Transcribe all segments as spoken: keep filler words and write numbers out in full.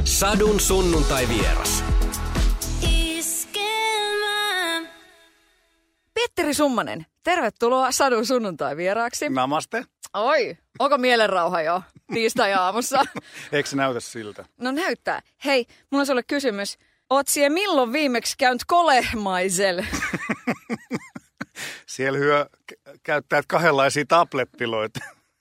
Sadun sunnuntai vieras. Petteri Summanen, tervetuloa Sadun sunnuntai vieraaksi. Namaste. Oi, onko mielenrauha jo tiistai-aamussa? Eikö se näytä siltä? No näyttää. Hei, mulla on sulle kysymys. Oot siellä milloin viimeksi käynyt kolehmaisel? Siellä hyö käyttää kahdenlaisia tablettiloita.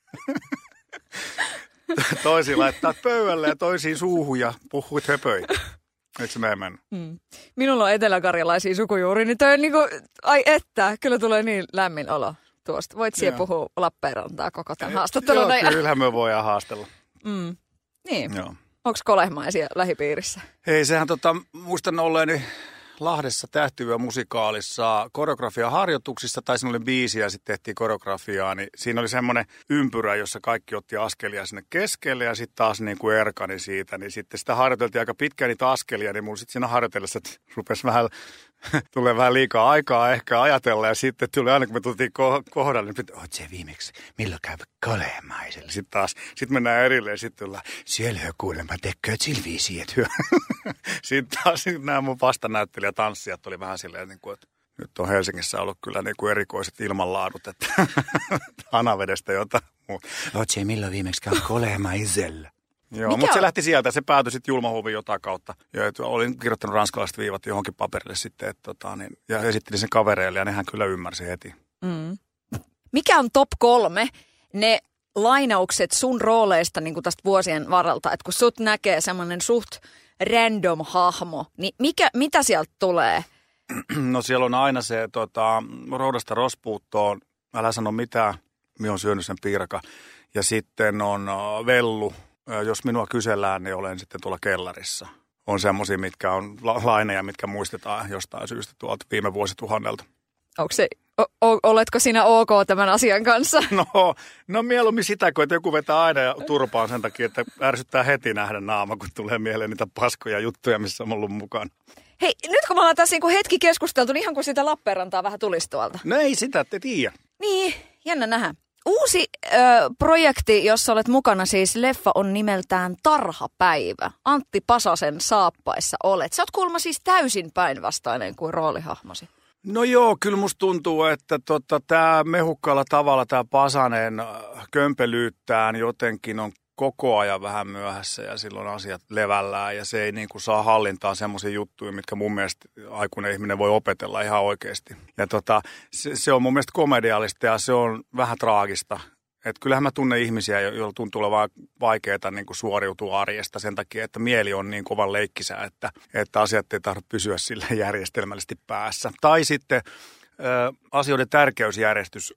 Toisiin laittaa pöydälle ja toisiin suuhun ja puhuit höpöitä. Eikö se näin mennä? Mm. Minulla on eteläkarjalaisia sukujuuri, niin toi niinku, ai että, kyllä tulee niin lämmin olo tuosta. Voit siellä puhua Lappeenrantaa koko tämän haastattelun. Joo, kyllähän me voidaan haastella. Mm. Niin. Joo. Onko kolehmaisia lähipiirissä? Hei, sehän tota, muistan olleeni Lahdessa Tähtyvä musikaalissa koreografiaharjoituksissa, tai siinä oli biisi ja sitten tehtiin koreografiaa, niin siinä oli semmoinen ympyrä, jossa kaikki otti askelia sinne keskelle ja sitten taas niin kuin erkani siitä, niin sitten sitä harjoiteltiin aika pitkään niitä askelia, niin mulla sitten siinä harjoitellessa rupesi vähän, tulee vähän liikaa aikaa ehkä ajatella ja sitten tuli aina kun me tultiin kohdalle, niin pitää, oot se viimeksi, milloin käy kolehmaiselle? Sitten taas, sitten mennään erilleen, sitten tullaan, siellä hyö kuulemma tekkööt silviisiä, että hyö. Sitten taas nämä mun vastanäyttelijä tanssijat oli vähän silleen, niin kuin, että nyt on Helsingissä ollut kyllä niin kuin erikoiset ilmanlaadut, että Hanavedestä jotain muuta. Oot se milloin viimeksi käy kolehmaiselle? Joo, mutta se lähti sieltä. Se päätyi sitten Julmahoviin jotain kautta. Ja olin kirjoittanut ranskalaiset viivat johonkin paperille sitten. Että, tota, niin, ja esittelin sen kavereille ja nehän kyllä ymmärsi heti. Mm. Mikä on top kolme ne lainaukset sun rooleista niin kuin tästä vuosien varalta? Että kun sut näkee semmoinen suht random hahmo, niin mikä, mitä sieltä tulee? No siellä on aina se tota, roudasta rospuuttoon. Älä sano mitään. Minä olen syönyt sen piiraka. Ja sitten on uh, vellu. Jos minua kysellään, niin olen sitten tuolla kellarissa. On semmoisia, mitkä on laineja, mitkä muistetaan jostain syystä tuolta viime vuosituhannelta. Onko se, o- oletko sinä ok tämän asian kanssa? No, no mieluummin sitä, kun joku vetää aina ja turpaan sen takia, että ärsyttää heti nähdä naama, kun tulee mieleen niitä paskoja juttuja, missä on ollut mukana. Hei, nyt kun me ollaan tässä niinku hetki keskusteltu, niin ihan kuin sitä Lappeenrantaa vähän tulisi tuolta. No ei sitä, ette tiedä. Niin, jännä nähdä. Uusi ö, projekti, jossa olet mukana, siis leffa on nimeltään Tarhapäivä. Antti Pasasen saappaissa olet. Sä oot kuulemma siis täysin päinvastainen kuin roolihahmosi. No joo, kyllä musta tuntuu, että tota, tämä mehukkaalla tavalla tämä Pasanen kömpelyyttään jotenkin on koko ajan vähän myöhässä ja silloin asiat levällään ja se ei niin kuin saa hallintaan semmoisia juttuja, mitkä mun mielestä aikuinen ihminen voi opetella ihan oikeasti. Ja tota, se, se on mun mielestä komediallista ja se on vähän traagista. Että kyllähän mä tunnen ihmisiä, joilla tuntuu olevan vaikeaa niin kuin suoriutua arjesta sen takia, että mieli on niin kovan leikkisä, että, että asiat ei tarvitse pysyä sille järjestelmällisesti päässä. Tai sitten ä, asioiden tärkeysjärjestys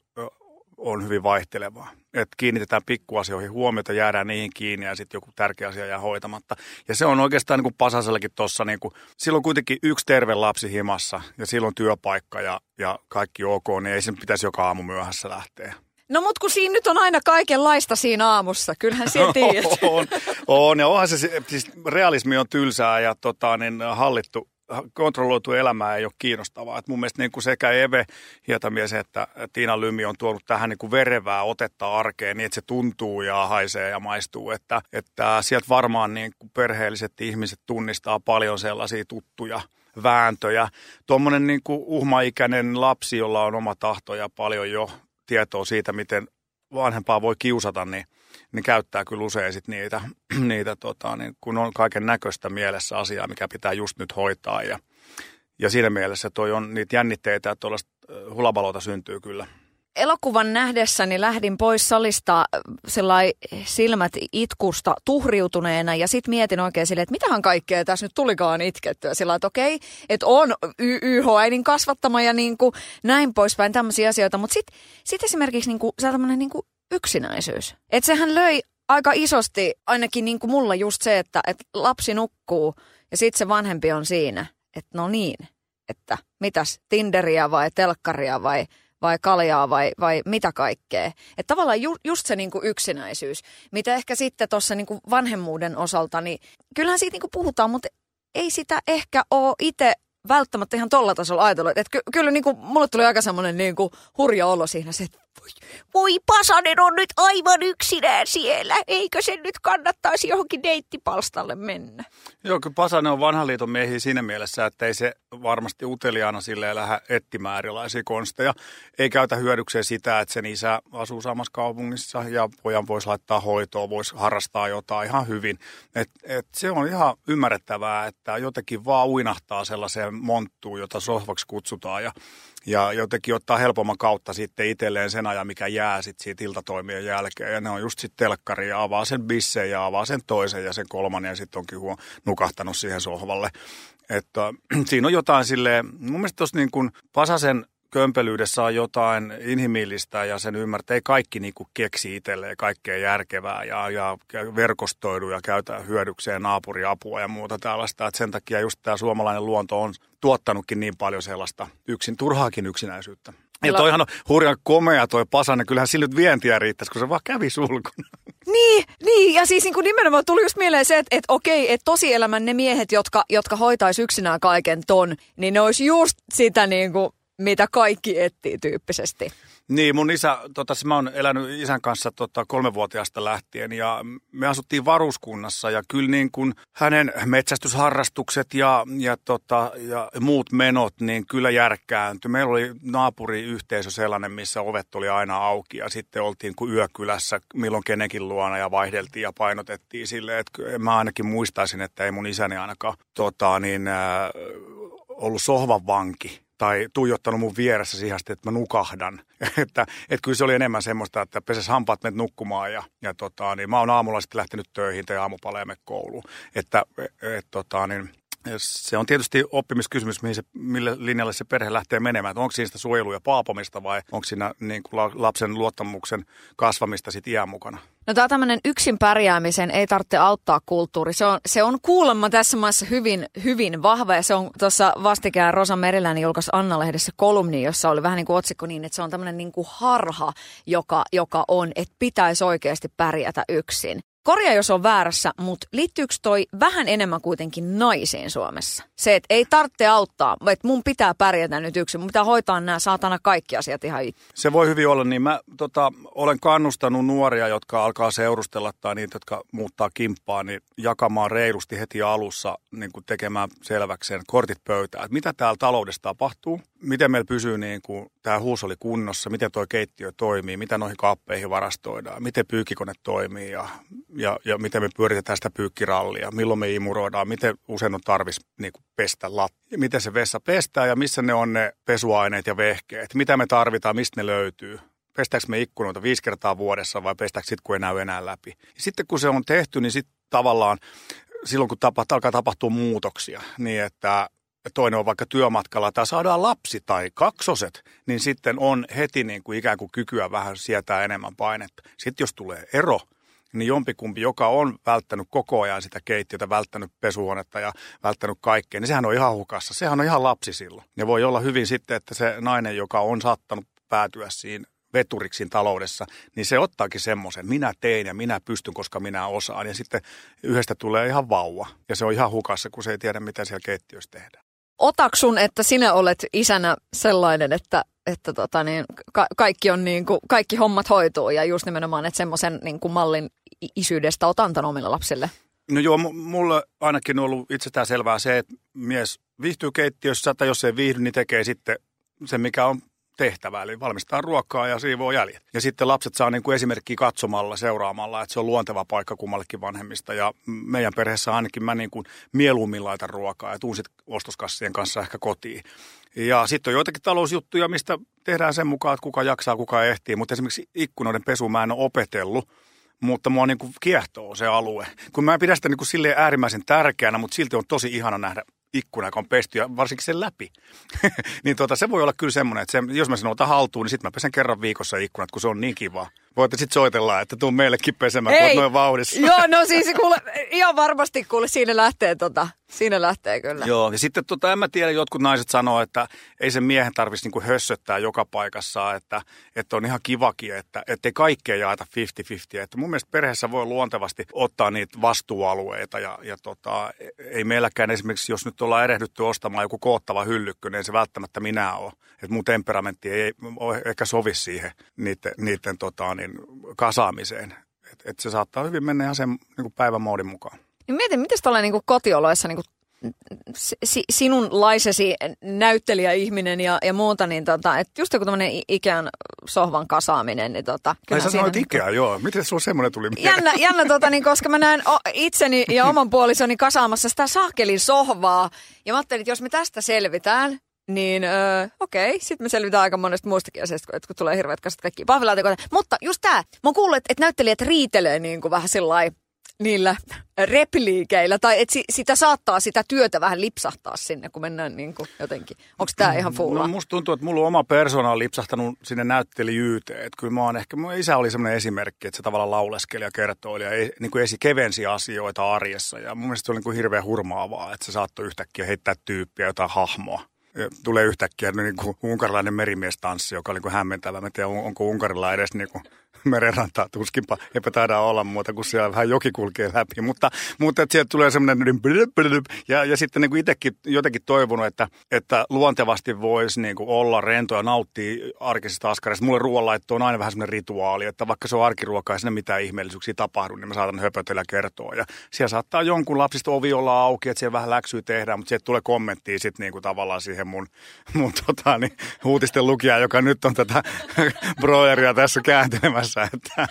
on hyvin vaihtelevaa. Että kiinnitetään pikkuasioihin huomiota, jäädään niihin kiinni ja sitten joku tärkeä asia jää hoitamatta. Ja se on oikeastaan niin kuin Pasasellakin tuossa, niin kuin, silloin kuitenkin yksi terve lapsi himassa ja silloin työpaikka ja, ja kaikki ok, niin ei sen pitäisi joka aamu myöhässä lähteä. No mut kun siinä nyt on aina kaikenlaista siinä aamussa, kyllähän siellä tiedät. on, on, ja onhan se, siis realismi on tylsää ja tota, niin hallittu, kontrolloitu elämää ei ole kiinnostavaa. Et mun mielestä niin kuin sekä Eve Hietamies että Tiina Lymi on tuonut tähän niin kuin verevää otetta arkeen niin, että se tuntuu ja haisee ja maistuu. Että, että sieltä varmaan niin kuin perheelliset ihmiset tunnistaa paljon sellaisia tuttuja vääntöjä. Tuommoinen niin kuin uhmaikäinen lapsi, jolla on oma tahto ja paljon jo tietoa siitä, miten vanhempaa voi kiusata, niin, niin käyttää kyllä usein sit niitä, niitä tota, niin kun on kaiken näköistä mielessä asiaa, mikä pitää just nyt hoitaa. Ja, ja siinä mielessä toi on niitä jännitteitä, että tuollaista hulabalota syntyy kyllä. Elokuvan nähdessäni lähdin pois salista sellai silmät itkusta tuhriutuneena ja sitten mietin oikein silleen, että mitähän kaikkea tässä nyt tulikaan itkettyä. Sillä että okei, että on Y- YH-äidin kasvattama ja niin kuin näin poispäin tämmöisiä asioita. Mutta sitten sit esimerkiksi niin kuin, se on tämmöinen niin kuin yksinäisyys. Että sehän löi aika isosti, ainakin niin kuin mulla just se, että, että lapsi nukkuu ja sitten se vanhempi on siinä. Että no niin, että mitäs, Tinderiä vai telkkaria vai... vai kaljaa vai, vai mitä kaikkea. Että tavallaan ju, just se niinku yksinäisyys, mitä ehkä sitten tuossa niinku vanhemmuuden osalta, niin kyllähän siitä niinku puhutaan, mutta ei sitä ehkä ole itse välttämättä ihan tolla tasolla ajatellut. Että ky, kyllä niinku, mulle tuli aika semmoinen niinku hurja olo siinä, että voi Pasanen on nyt aivan yksinään siellä. Eikö sen nyt kannattaisi johonkin deittipalstalle mennä? Joo, kyllä Pasanen on vanhan liiton miehiä siinä mielessä, että ei se varmasti uteliaana silleen lähde etsimään erilaisia konsteja. Ei käytä hyödykseen sitä, että sen isä asuu samassa kaupungissa ja pojan voisi laittaa hoitoa, voisi harrastaa jotain ihan hyvin. Et, et se on ihan ymmärrettävää, että jotenkin vaan uinahtaa sellaiseen monttuun, jota sohvaksi kutsutaan ja Ja jotenkin ottaa helpomman kautta sitten itselleen sen ajan, mikä jää sitten siitä iltatoimien jälkeen. Ja ne on just sitten telkkari ja avaa sen bissen ja avaa sen toisen ja sen kolmannen ja sitten onkin huo nukahtanut siihen sohvalle. Että siinä on jotain silleen, mun mielestä tuossa niin kuin Pasasen kömpelyydessä on jotain inhimillistä ja sen ymmärtää, ei kaikki niin kuin keksi itselleen kaikkea järkevää ja, ja verkostoidu ja käytä hyödykseen naapuriapua ja muuta tällaista. Että sen takia just tämä suomalainen luonto on tuottanutkin niin paljon sellaista yksin, turhaakin yksinäisyyttä. Ja toihan on hurjan komea toi Pasanen, kyllähän sillä nyt vientiä riittäisi, kun se vaan kävi sulkuna. Niin, niin, ja siis niin kuin nimenomaan tuli just mieleen se, että, että okei, että tosielämän ne miehet, jotka, jotka hoitaisi yksinään kaiken ton, niin ne olisi just sitä niin kuin mitä kaikki etsii tyyppisesti. Niin, mun isä, tota, mä oon elänyt isän kanssa tota, kolmevuotiaasta lähtien ja me asuttiin varuskunnassa ja kyllä niin kuin hänen metsästysharrastukset ja, ja, tota, ja muut menot niin kyllä järkkääntyi. Meillä oli naapuriyhteisö sellainen, missä ovet oli aina auki ja sitten oltiin kuin yökylässä milloin kenenkin luona ja vaihdeltiin ja painotettiin silleen, että mä ainakin muistaisin, että ei mun isäni ainakaan tota, niin, äh, ollut sohvan vanki. Tai tuijottanut mun vieressä siihen asti, että mä nukahdan. että, että kyllä se oli enemmän semmoista, että peses hampaat menet nukkumaan ja, ja tota, niin mä oon aamulla sitten lähtenyt töihin tai aamupala ja mene kouluun. Että et, tota, niin, se on tietysti oppimiskysymys, mihin se, mille linjalle se perhe lähtee menemään. Että onko siinä sitä suojelua ja paapomista vai onko siinä niin kuin lapsen luottamuksen kasvamista sit iän mukana? No tämä tämmöinen yksin pärjäämisen ei tarvitse auttaa kulttuuri. Se on, se on kuulemma tässä maassa hyvin, hyvin vahva ja se on tuossa vastikään Rosa Meriläinen julkaisi Anna-lehdessä kolumni, jossa oli vähän niin kuin otsikko niin, että se on tämmöinen niin kuin harha, joka, joka on, että pitäisi oikeasti pärjätä yksin. Korjaa, jos on väärässä, mutta liittyykö toi vähän enemmän kuitenkin naisiin Suomessa? Se, että ei tarvitse auttaa, että mun pitää pärjätä nyt yksin, mun pitää hoitaa nämä saatana kaikki asiat ihan itse. Se voi hyvin olla, niin mä tota, olen kannustanut nuoria, jotka alkaa seurustella tai niitä, jotka muuttaa kimppaa, niin jakamaan reilusti heti alussa niin kuin tekemään selväkseen kortit pöytään, että mitä täällä taloudessa tapahtuu, miten meillä pysyy niin kuin tämä huusoli kunnossa, miten toi keittiö toimii, mitä noihin kaappeihin varastoidaan, miten pyykkikone toimii ja Ja, ja miten me pyöritetään sitä pyykkirallia, milloin me imuroidaan, miten usein on tarvis niin kuin pestä lattia, miten se vessa pestää ja missä ne on ne pesuaineet ja vehkeet, mitä me tarvitaan, mistä ne löytyy. Pestääkö me ikkunoita viisi kertaa vuodessa vai pestääkö sitten, kun ei näy enää läpi. Ja sitten kun se on tehty, niin sitten tavallaan silloin, kun tapa, alkaa tapahtua muutoksia, niin että toinen on vaikka työmatkalla tai saadaan lapsi tai kaksoset, niin sitten on heti niin kuin ikään kuin kykyä vähän sietää enemmän painetta. Sitten jos tulee ero, niin jompikumpi, joka on välttänyt koko ajan sitä keittiötä, välttänyt pesuhuonetta ja välttänyt kaikkea, niin sehän on ihan hukassa. Sehän on ihan lapsi silloin. Ja voi olla hyvin sitten, että se nainen, joka on saattanut päätyä siinä veturiksi taloudessa, niin se ottaakin semmoisen, minä tein ja minä pystyn, koska minä osaan. Ja sitten yhdestä tulee ihan vauva. Ja se on ihan hukassa, kun se ei tiedä, mitä siellä keittiössä tehdään. Otaksun, että sinä olet isänä sellainen, että että tota niin, ka- kaikki, on niin kuin, kaikki hommat hoituu ja just nimenomaan, että semmoisen niin kuin mallin isyydestä oot antanut omille lapsille? No joo, m- mulle ainakin on ollut itsestään selvää se, että mies viihtyy keittiössä tai jos ei viihdy, niin tekee sitten se, mikä on tehtävä, eli valmistaa ruokaa ja siivoo jäljet. Ja sitten lapset saa niin kuin esimerkkiä katsomalla, seuraamalla, että se on luonteva paikka kummallekin vanhemmista. Ja meidän perheessä ainakin mä niin kuin mieluummin laitan ruokaa ja tuun sitten ostoskassien kanssa ehkä kotiin. Ja sitten on joitakin talousjuttuja, mistä tehdään sen mukaan, että kuka jaksaa, kuka ehtii. Mutta esimerkiksi ikkunoiden pesu mä en ole opetellut, mutta mua niin kuin kiehtoo se alue. Kun mä en pidä sitä niin kuin silleen äärimmäisen tärkeänä, mutta silti on tosi ihana nähdä ikkuna, joka on pesty ja varsinkin sen läpi. niin tota, se voi olla kyllä semmoinen, että se, jos mä sen otan haltuun, niin sitten mä pesen kerran viikossa ikkunat, kun se on niin kiva. Voitte sitten soitella, että tuu meillekin pesemään, kun oot noin vauhdissa. Joo, no siis kuule, ihan varmasti kuule, siinä lähtee tota, siinä lähtee kyllä. Joo, ja sitten tota, en mä tiedä, jotkut naiset sanoo, että ei sen miehen tarvitsisi niinku hössöttää joka paikassa, että, että on ihan kivakin, että ettei kaikkea jaeta viisikymmentä viisikymmentä. Että mun mielestä perheessä voi luontevasti ottaa niitä vastuualueita ja, ja tota, ei meilläkään esimerkiksi, jos nyt ollaan erehdytty ostamaan joku koottava hyllykkö, niin se välttämättä minä ole. Että mun temperamentti ei ole ehkä sovi siihen niiden, niiden tota, niin, kasaamiseen. Että et se saattaa hyvin mennä ihan sen niin päivämoodin mukaan. Niin mietin, miten tuolla niin kotioloissa niin si, sinunlaisesi näyttelijäihminen ja, ja muuta, niin tota, että just joku tämmöinen Ikean sohvan kasaaminen, niin tota. Ai sä sanoit Ikea, joo. Miten sulla semmoinen tuli mieleen? Jännä, jännä tota, niin, koska mä näen o, itseni ja oman puolisoni kasaamassa sitä sahkelin sohvaa. Ja mä ajattelin, että jos me tästä selvitään, niin öö, okei, sitten me selvitään aika monesta muistakin asiasta, että kun tulee hirveät kasat kaikki pahvilaatikoita. Mutta just tää, mä oon kuullut, että näyttelijät riitelee niin kuin vähän sillai niillä repliikeillä, tai että sitä saattaa sitä työtä vähän lipsahtaa sinne, kun mennään niin kuin jotenkin. Onko tämä ihan fulla? No musta tuntuu, että mulla on oma persoona on lipsahtanut sinne näyttelijyyteen. Että kyllä mä oon ehkä, mun isä oli semmoinen esimerkki, että se tavallaan lauleskeli ja kertoili ja niin kuin esi kevensi asioita arjessa. Ja mun mielestä se oli niin kuin hirveän hurmaavaa, että se saattoi yhtäkkiä heittää tyyppiä, jotain hahmoa. Ja tulee yhtäkkiä niin kuin unkarilainen merimiestanssi, joka oli niin kuin hämmentävä. Mä en tiedä, onko Unkarilla edes niin kuin merenrantaa, tuskinpa eipä taida olla muuta, kun siellä vähän joki kulkee läpi. Mutta, mutta että sieltä tulee semmoinen, ja, ja sitten niin kuin itsekin jotenkin toivonut, että, että luontevasti voisi niin kuin olla rento ja nauttia arkisista askareista. Mulle ruoanlaitto on aina vähän semmoinen rituaali, että vaikka se on arkiruokaa ja sinne mitään ihmeellisyyksiä tapahdu, niin mä saatan höpötellä kertoa. Ja siellä saattaa jonkun lapsista ovi olla auki, että siellä vähän läksyä tehdään, mutta sieltä tulee kommenttia sitten niin kuin tavallaan siihen mun, mun tota, niin, uutisten lukijaan, joka nyt on tätä broileria tässä kääntelemässä. Että,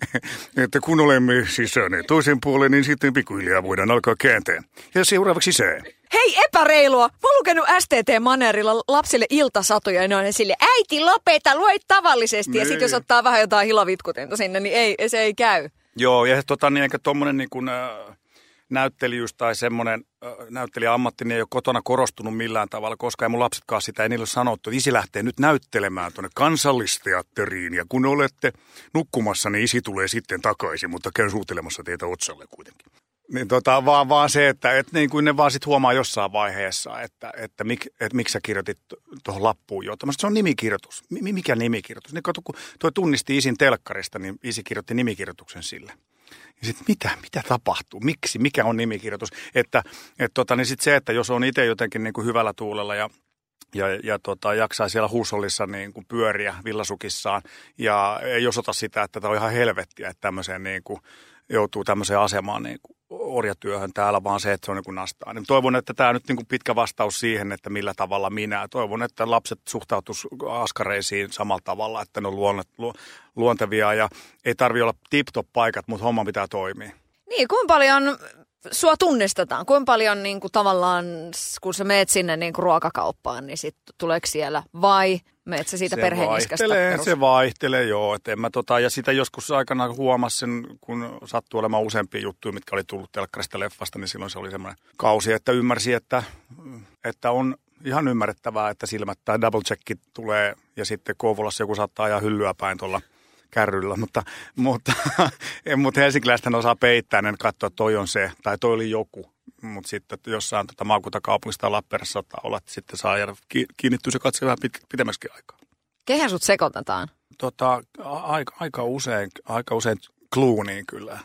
että kun olemme sisäni toisen puolen, niin sitten pikkuhiljaa voidaan alkaa käänteen. Ja seuraavaksi se. Hei, epäreilua! Mä oon lukenut S T T-manerilla lapsille iltasatuja ja ne on sille, äiti lopeta, lue tavallisesti. Niin. Ja sitten jos ottaa vähän jotain hilavitkutinta sinne, niin ei, se ei käy. Joo, ja tota, niin eikä tommonen niin kuin, äh, näyttelijyys tai semmoinen äh, näyttelijäammatti niin ei ole kotona korostunut millään tavalla, koska ei mun lapsetkaan sitä, ei niille ole sanottu, että isi lähtee nyt näyttelemään tuonne Kansallisteatteriin ja kun olette nukkumassa, niin isi tulee sitten takaisin, mutta käyn suutelemassa teitä otsalle kuitenkin. Niin tota, vaan, vaan se, että et niin kuin ne vaan sit huomaa jossain vaiheessa, että, että, mik, että miksi sä kirjoitit tuohon lappuun jo. Se on nimikirjoitus. M- mikä nimikirjoitus? Niin kun toi tunnisti isin telkkarista, niin isi kirjoitti nimikirjoituksen sille. Ja sitten mitä, mitä tapahtuu? Miksi? Mikä on nimikirjoitus? Että et tota, niin sit se, että jos on itse jotenkin niin kuin hyvällä tuulella ja Ja, ja tota, jaksaa siellä huusollissa niin kuin pyöriä villasukissaan ja ei osoita sitä, että tämä on ihan helvettiä, että tämmöiseen niin kuin joutuu tämmöiseen asemaan niin kuin orjatyöhön täällä, vaan se, että se on niin kuin nastaa. Niin toivon, että tämä nyt niin kuin pitkä vastaus siihen, että millä tavalla minä. Toivon, että lapset suhtautuisi askareisiin samalla tavalla, että ne on luonne, lu, luontevia ja ei tarvitse olla tip-top paikat, mutta homma pitää toimia. Niin, kuinka paljon sua tunnistetaan? Kuinka paljon niin kuin, tavallaan, kun sä meet sinne niin kuin, ruokakauppaan, niin sit tuleeko siellä vai meet sä siitä perheeniskasta? Se vaihtelee, se vaihtelee, joo. Et en mä tota, ja sitä joskus aikana huomasin sen, kun sattui olemaan useampia juttuja, mitkä oli tullut telkkarista leffasta, niin silloin se oli semmoinen kausi, että ymmärsi, että, että on ihan ymmärrettävää, että silmät tai double checkit tulee ja sitten Kouvolassa joku saattaa ajaa hyllyä päin tuolla kärryllä, mutta, mutta, mutta helsinkiläisethän osaa peittää, niin katsoa, että toi on se, tai toi oli joku. Mutta sitten jossain tota maakuntakaupungissa tai Lappeenrannassa saattaa olla, että sitten saa jäädä kiinnittyä se katse vähän pit, pitemmäksikin aikaa. Kehen sut sekoitetaan? Tota, aika, aika usein, aika usein Clooney'n kyllä.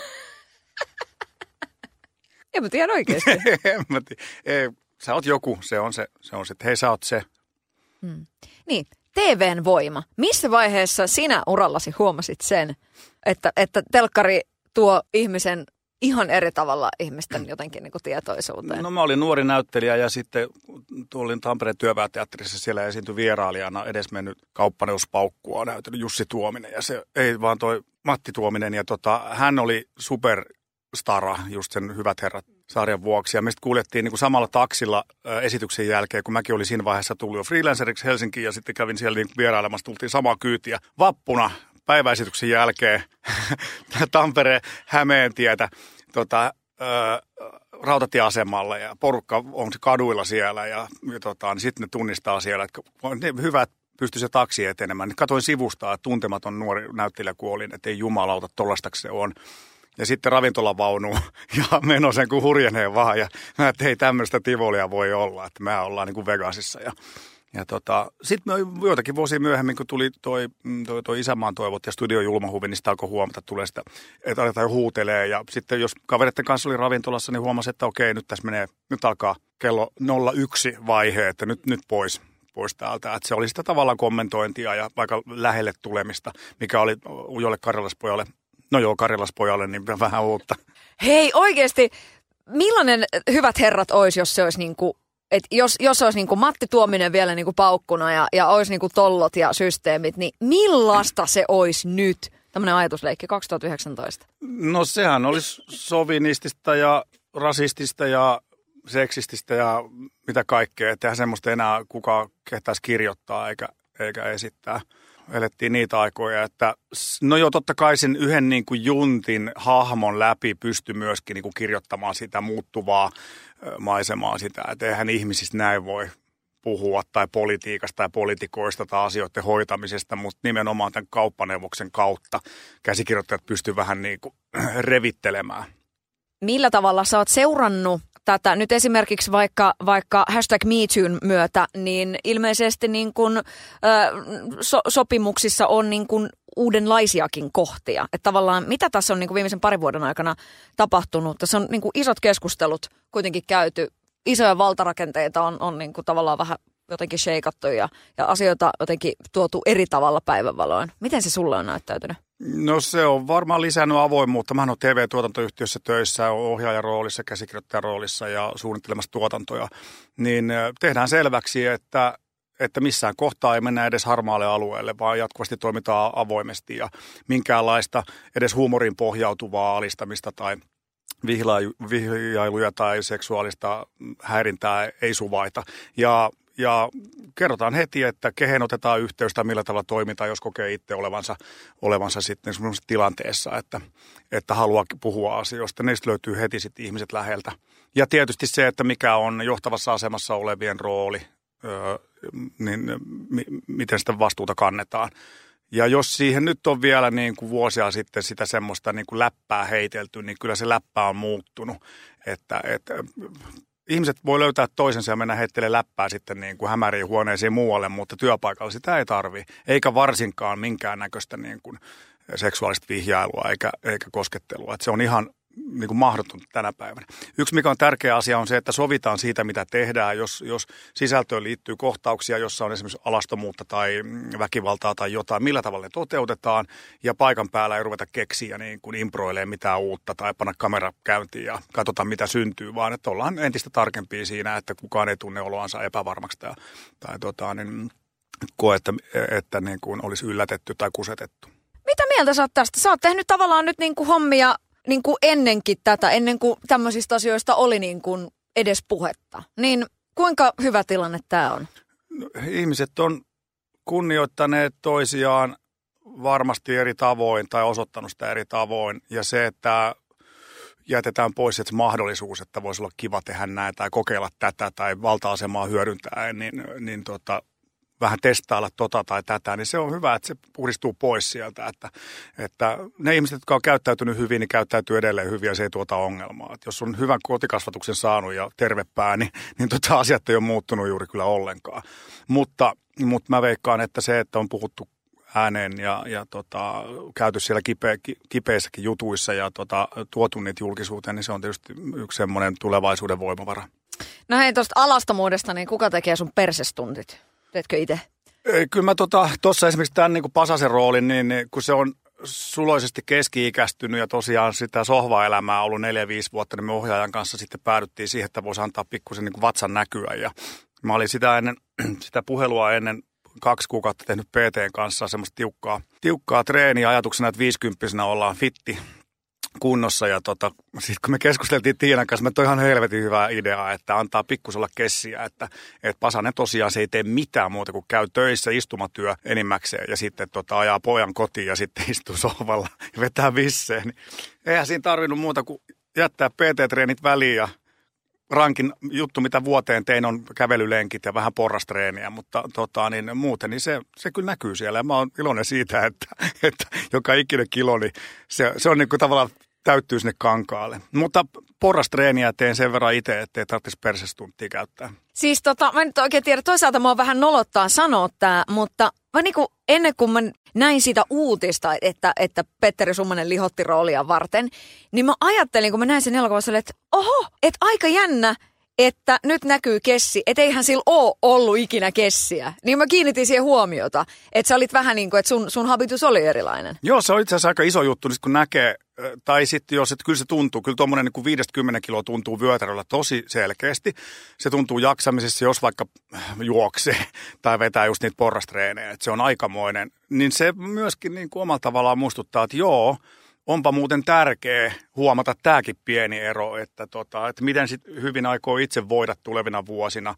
En mä tiedä oikeasti. en mä tiedä. Ei, sä oot joku, se on se, se on se, että hei sä oot se. Hmm. Niin. T V:n voima. Missä vaiheessa sinä urallasi huomasit sen, että, että telkkari tuo ihmisen ihan eri tavalla ihmisten jotenkin niin kuin tietoisuuteen? No mä olin nuori näyttelijä ja sitten tulin Tampereen työväenteatterissa, siellä esiintyi vierailijana edesmennyt kauppaneus Paukkua näytellyt Jussi Tuominen ja se ei vaan toi Matti Tuominen ja tota, hän oli superstara just sen Hyvät herrat -sarjan vuoksi. Ja me sitten kuljettiin niin kuin samalla taksilla ä, esityksen jälkeen, kun mäkin olin siinä vaiheessa tullut jo freelanceriksi Helsinkiin ja sitten kävin siellä niin vierailemassa, tultiin samaa kyytiä vappuna päiväesityksen jälkeen Tampereen Hämeentietä tota, ä, rautatieasemalle ja porukka on kaduilla siellä ja, ja tota, niin sitten ne tunnistaa siellä, että ne hyvät pystyi se taksi etenemään. Niin katoin sivusta, että tuntematon nuori näyttelijä kuolin, että ei jumalauta, tollastaksi se on. Ja sitten ravintolavaunuun ja meno sen kuin hurjenee vaan. Ja mä että ei tämmöistä tivolia voi olla, että me ollaan niin kuin Vegasissa. Ja, ja tota, sitten joitakin vuosia myöhemmin, kun tuli toi, toi, toi Isänmaan toivot ja Studio Julmahuvi, niin sitä alkoi huomata, tulee sitä, että aletaan jo huutelee. Ja sitten jos kavereiden kanssa oli ravintolassa, niin huomasi, että okei, nyt tässä menee, nyt alkaa kello nolla yksi vaihe, että nyt, nyt pois. pois täältä. Että se oli sitä tavallaan kommentointia ja vaikka lähelle tulemista, mikä oli ujolle karjalaspojalle, no joo, karjalaspojalle, niin vähän uutta. Hei, oikeasti, millainen hyvät herrat olisi, jos se olisi niin kuin, että jos, jos olisi niin kuin Matti Tuominen vielä niin kuin paukkuna ja, ja olisi niin kuin tollot ja systeemit, niin millaista se olisi nyt? Tämmöinen ajatusleikki kaksituhattayhdeksäntoista. No sehän olisi sovinistista ja rasistista ja seksististä ja mitä kaikkea, että eihän semmoista enää kukaan kehtaisi kirjoittaa eikä, eikä esittää. Elettiin niitä aikoja, että no joo, totta kai sen yhden niin kuin juntin hahmon läpi pystyi myöskin niin kuin kirjoittamaan sitä muuttuvaa maisemaa sitä, että eihän ihmisistä näin voi puhua tai politiikasta tai politikoista tai asioiden hoitamisesta, mutta nimenomaan tämän kauppaneuvoksen kautta käsikirjoittajat pystyivät vähän niin kuin revittelemään. Millä tavalla sä oot seurannut tätä nyt esimerkiksi vaikka, vaikka hashtag MeToon myötä, niin ilmeisesti niin kun, ö, so, sopimuksissa on niin kun uudenlaisiakin kohtia. Että tavallaan mitä tässä on niin kun viimeisen parin vuoden aikana tapahtunut? Tässä on niin kun isot keskustelut kuitenkin käyty. Isoja valtarakenteita on, on niin kun tavallaan vähän jotenkin sheikattu ja, ja asioita jotenkin tuotu eri tavalla päivänvaloon. Miten se sulle on näyttäytynyt? No se on varmaan lisännyt avoimuutta. Mä oon T V-tuotantoyhtiössä töissä, ohjaajan roolissa, käsikirjoittajan roolissa ja suunnittelemassa tuotantoja. Niin tehdään selväksi, että, että missään kohtaa ei mennä edes harmaalle alueelle, vaan jatkuvasti toimitaan avoimesti ja minkäänlaista edes huumorin pohjautuvaa alistamista tai vihjailuja tai seksuaalista häirintää ei suvaita. Ja Ja kerrotaan heti, että kehen otetaan yhteys tai millä tavalla toimitaan, jos kokee itse olevansa, olevansa sitten semmoisessa tilanteessa, että, että haluaa puhua asioista. Niistä löytyy heti sitten ihmiset läheltä. Ja tietysti se, että mikä on johtavassa asemassa olevien rooli, öö, niin mi, miten sitä vastuuta kannetaan. Ja jos siihen nyt on vielä niin kuin vuosia sitten sitä semmoista niin kuin läppää heitelty, niin kyllä se läppä on muuttunut, että... että ihmiset voi löytää toisensa ja mennä heittelemään läppää sitten niin kuin hämäriin huoneisiin muualle, mutta työpaikalla sitä ei tarvitse. Eikä varsinkaan minkäännäköistä niin kuin seksuaalista vihjailua eikä, eikä koskettelua. Että se on ihan niin kuin mahdotonta tänä päivänä. Yksi mikä on tärkeä asia on se, että sovitaan siitä, mitä tehdään. Jos, jos sisältöön liittyy kohtauksia, jossa on esimerkiksi alastomuutta tai väkivaltaa tai jotain, millä tavalla ne toteutetaan. Ja paikan päällä ei ruveta keksiä niin kuin improilemaan mitään uutta tai panna kamera käyntiin ja katsotaan mitä syntyy, vaan että ollaan entistä tarkempia siinä, että kukaan ei tunne oloansa epävarmaksi tai, tai tota, niin, koe, että, että niin kuin olisi yllätetty tai kusetettu. Mitä mieltä sä oot tästä? Sä oot tehnyt tavallaan nyt niin kuin hommia niin kuin ennenkin tätä, ennen kuin tämmöisistä asioista oli niin kuin edes puhetta. Niin kuinka hyvä tilanne tämä on? No, ihmiset on kunnioittaneet toisiaan varmasti eri tavoin tai osoittanut sitä eri tavoin. Ja se, että jätetään pois se mahdollisuus, että voisi olla kiva tehdä näin tai kokeilla tätä tai valta-asemaa hyödyntää, niin, niin tota, vähän testailla tota tai tätä, niin se on hyvä, että se puhdistuu pois sieltä. Että, että ne ihmiset, jotka on käyttäytynyt hyvin, niin käyttäytyy edelleen hyvin ja se ei tuota ongelmaa. Että jos on hyvän kotikasvatuksen saanut ja terve pää, niin, niin tota asiat ei ole muuttunut juuri kyllä ollenkaan. Mutta, mutta mä veikkaan, että se, että on puhuttu ääneen ja, ja tota, käyty siellä kipe, kipeissäkin jutuissa ja tota, tuotu niitä julkisuuteen, niin se on tietysti yksi semmoinen tulevaisuuden voimavara. No hei, tuosta alastomuudesta, niin kuka tekee sun persestuntit? Teetkö itse? Kyllä mä tuossa tota, esimerkiksi tämän niin kuin Pasasen roolin, niin, niin kun se on suloisesti keski-ikäistynyt ja tosiaan sitä sohvaelämää ollut neljä viisi vuotta, niin me ohjaajan kanssa sitten päädyttiin siihen, että voisi antaa pikkusen niin kuin vatsan näkyä. Ja mä olin sitä, ennen, sitä puhelua ennen kaksi kuukautta tehnyt P T:n kanssa semmoista tiukkaa, tiukkaa treeniä ajatuksena, että viisikymppisenä ollaan fitti kunnossa. Ja tota, sitten kun me keskusteltiin Tiinan kanssa, me toi ihan helvetin hyvää ideaa, että antaa pikkusella kessiä, että, että Pasanen tosiaan se ei tee mitään muuta kuin käy töissä istumatyö enimmäkseen ja sitten tota, ajaa pojan kotiin ja sitten istuu sohvalla ja vetää visseen. Eihän siinä tarvinnut muuta kuin jättää P T-treenit väliin ja rankin juttu, mitä vuoteen tein, on kävelylenkit ja vähän porrastreeniä, mutta tota, niin, muuten niin se, se kyllä näkyy siellä. Ja mä oon iloinen siitä, että, että joka ikinen kilo, niin se, se on niin kuin tavallaan täyttyy sinne kankaalle. Mutta porrastreeniä teen sen verran itse, ettei tarvitsisi persestuntia käyttää. Siis tota, mä en nyt oikein tiedä, toisaalta mua vähän nolottaa sanoa tää, mutta mä niinku, ennen kuin mä näin sitä uutista, että, että Petteri Summanen lihotti roolia varten, niin mä ajattelin, kun mä näin sen elokuvassa, että oho, että aika jännä, että nyt näkyy kessi, että eihän sillä ole ollut ikinä kessiä. Niin mä kiinnitin siihen huomiota, että sä olit vähän niin kuin, että sun, sun habitus oli erilainen. Joo, se on itse asiassa aika iso juttu, niin kun näkee, tai sitten jos, että kyllä se tuntuu, kyllä tuommoinen niin kuin viisikymmentä kiloa tuntuu vyötäröllä tosi selkeästi. Se tuntuu jaksamisessa, jos vaikka juoksee tai vetää just niitä porrastreenejä, että se on aikamoinen. Niin se myöskin niin kuin omalla tavallaan muistuttaa, että joo, onpa muuten tärkeä huomata tämäkin pieni ero, että, tota, että miten sit hyvin aikoo itse voida tulevina vuosina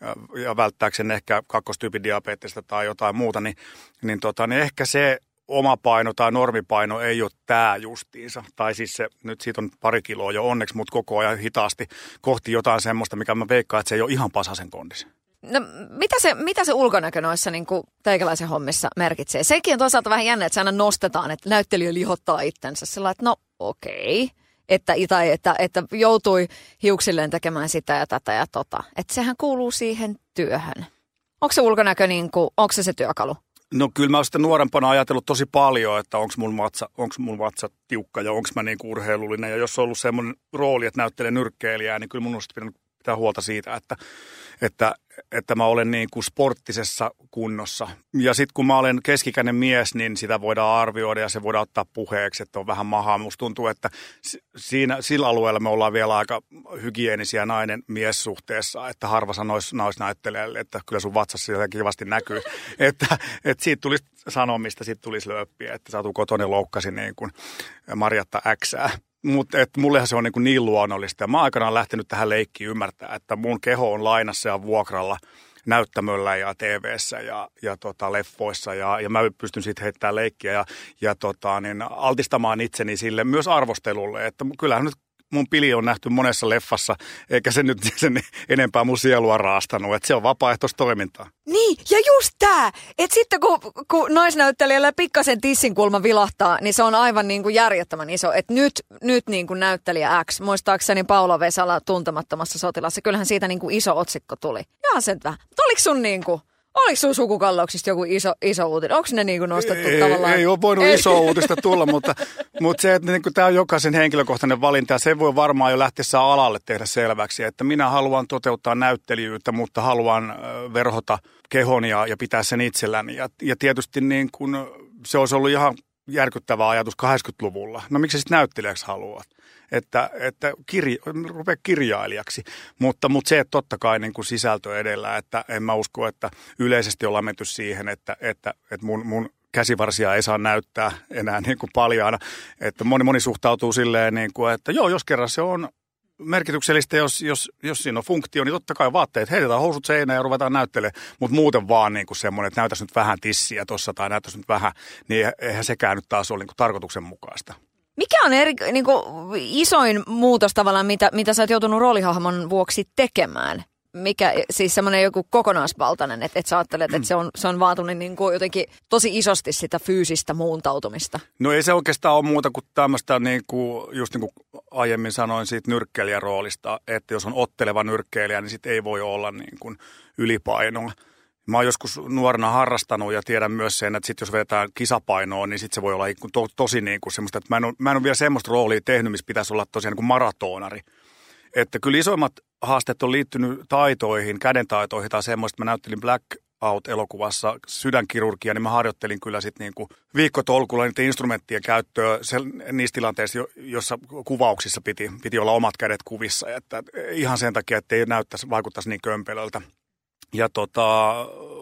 ja välttääkseen ehkä kakkostyypin diabetesta tai jotain muuta, niin, niin, tota, niin ehkä se oma paino tai normipaino ei ole tämä justiinsa. Tai siis se, nyt siitä on pari kiloa jo onneksi, mutta koko ajan hitaasti kohti jotain semmoista, mikä mä veikkaan, että se ei ole ihan pasasen kondissa. No mitä se, mitä se ulkonäkö noissa niin kuin teikäläisen hommissa merkitsee? Sekin on toisaalta vähän jännä, että se aina nostetaan, että näyttelijä lihottaa itsensä. Sillä että no okei, että, tai että, että joutui hiuksilleen tekemään sitä ja tätä ja tota. Että sehän kuuluu siihen työhön. Onko se ulkonäkö, niin kuin, onko se se työkalu? No kyllä mä oon sitten nuorempana ajatellut tosi paljon, että onko mun vatsa, onko mun vatsa tiukka ja onko mä niin kuin urheilullinen. Ja jos on ollut semmoinen rooli, että näyttelee nyrkkeilijää, niin kyllä mun on pitänyt pitää huolta siitä, että, että, että mä olen niin kuin sporttisessa kunnossa. Ja sitten kun mä olen keskikäinen mies, niin sitä voidaan arvioida ja se voidaan ottaa puheeksi, että on vähän mahaa. Musta tuntuu, että siinä, sillä alueella me ollaan vielä aika hygienisiä nainen mies suhteessa, että harva sanoisi naisnäyttelijälle, että kyllä sun vatsassa sieltä kivasti näkyy. että, että siitä tulisi sanomista, siitä tulisi lööppiä, että sä tuu kotoni loukkasin niin kuin Marjatta Xää. Mutta mullehan se on niin, niin luonnollista. Ja mä aikanaan lähtenyt tähän leikkiin ymmärtää, että mun keho on lainassa ja vuokralla näyttämöllä ja T V:ssä ja, ja tota, leffoissa. Ja, ja mä pystyn siitä heittämään leikkiä ja, ja tota, niin altistamaan itseni sille myös arvostelulle. Että kyllähän nyt mun pili on nähty monessa leffassa, eikä se nyt sen enempää mun sielua raastanut. Että se on vapaaehtoistoimintaa. Niin, ja just tää, että sitten kun, kun naisnäyttelijällä pikkasen tissinkulma vilahtaa, niin se on aivan niin kuin järjettömän iso. Että nyt, nyt niin kuin näyttelijä X, muistaakseni Paula Vesala Tuntemattomassa sotilassa, kyllähän siitä niin kuin iso otsikko tuli. Jaa sen vähän. Mutta oliko sun niin kuin, oliko sun sukukallauksista joku iso, iso uutinen? Onko ne niin kuin nostettu ei, tavallaan? Ei ole voinut ei. iso uutista tulla, mutta, mutta se, että niin tämä on jokaisen henkilökohtainen valinta ja se voi varmaan jo lähteessä alalle tehdä selväksi, että minä haluan toteuttaa näyttelijyyttä, mutta haluan verhota kehon ja, ja pitää sen itselläni. Ja, ja tietysti niin kuin, se olisi ollut ihan järkyttävä ajatus kahdeksankymmentäluvulla. No miksi sitten näyttelijäksi haluat? Että, että kirja, rupea kirjailijaksi, mutta, mutta se, että totta kai niin kuin sisältö edellä, että en mä usko, että yleisesti ollaan menty siihen, että, että, että mun, mun käsivarsia ei saa näyttää enää niin kuin paljaana. Että moni, moni suhtautuu silleen, niin kuin, että joo, jos kerran se on merkityksellistä, jos, jos, jos siinä on funktio, niin totta kai vaatteet heitetään housut seinään ja ruvetaan näyttelemään, mutta muuten vaan niin kuin semmoinen, että näytäisi nyt vähän tissiä tuossa tai näytäisi nyt vähän, niin eihän sekään nyt taas ole niin kuin tarkoituksenmukaista. Mikä on eri, niin kuin, isoin muutos tavallaan, mitä, mitä sä oot joutunut roolihahmon vuoksi tekemään? Mikä siis semmoinen joku kokonaisvaltainen, että, että sä ajattelet, että se on, se on vaatunut niin kuin jotenkin tosi isosti sitä fyysistä muuntautumista? No ei se oikeastaan ole muuta kuin tämmöistä, niin kuin, just niin kuin aiemmin sanoin siitä nyrkkeilijäroolista, että jos on otteleva nyrkkeilijä, niin sit ei voi olla niin kuin ylipainoa. Mä oon joskus nuorena harrastanut ja tiedän myös sen, että sit jos vedetään kisapainoon, niin sit se voi olla to, tosi niin kuin semmoista, että mä en, ole, mä en ole vielä semmoista roolia tehnyt, missä pitäisi olla tosiaan niin kuin maratonari. Että kyllä isoimmat haasteet on liittynyt taitoihin, kädentaitoihin tai semmoista. Mä näyttelin Blackout-elokuvassa sydänkirurgia, niin mä harjoittelin kyllä sitten niinku viikkotolkulla niiden instrumenttien käyttöä niissä tilanteissa, joissa kuvauksissa piti, piti olla omat kädet kuvissa. Että ihan sen takia, että ei näyttäisi, vaikuttaisi niin kömpelöltä. Ja tota,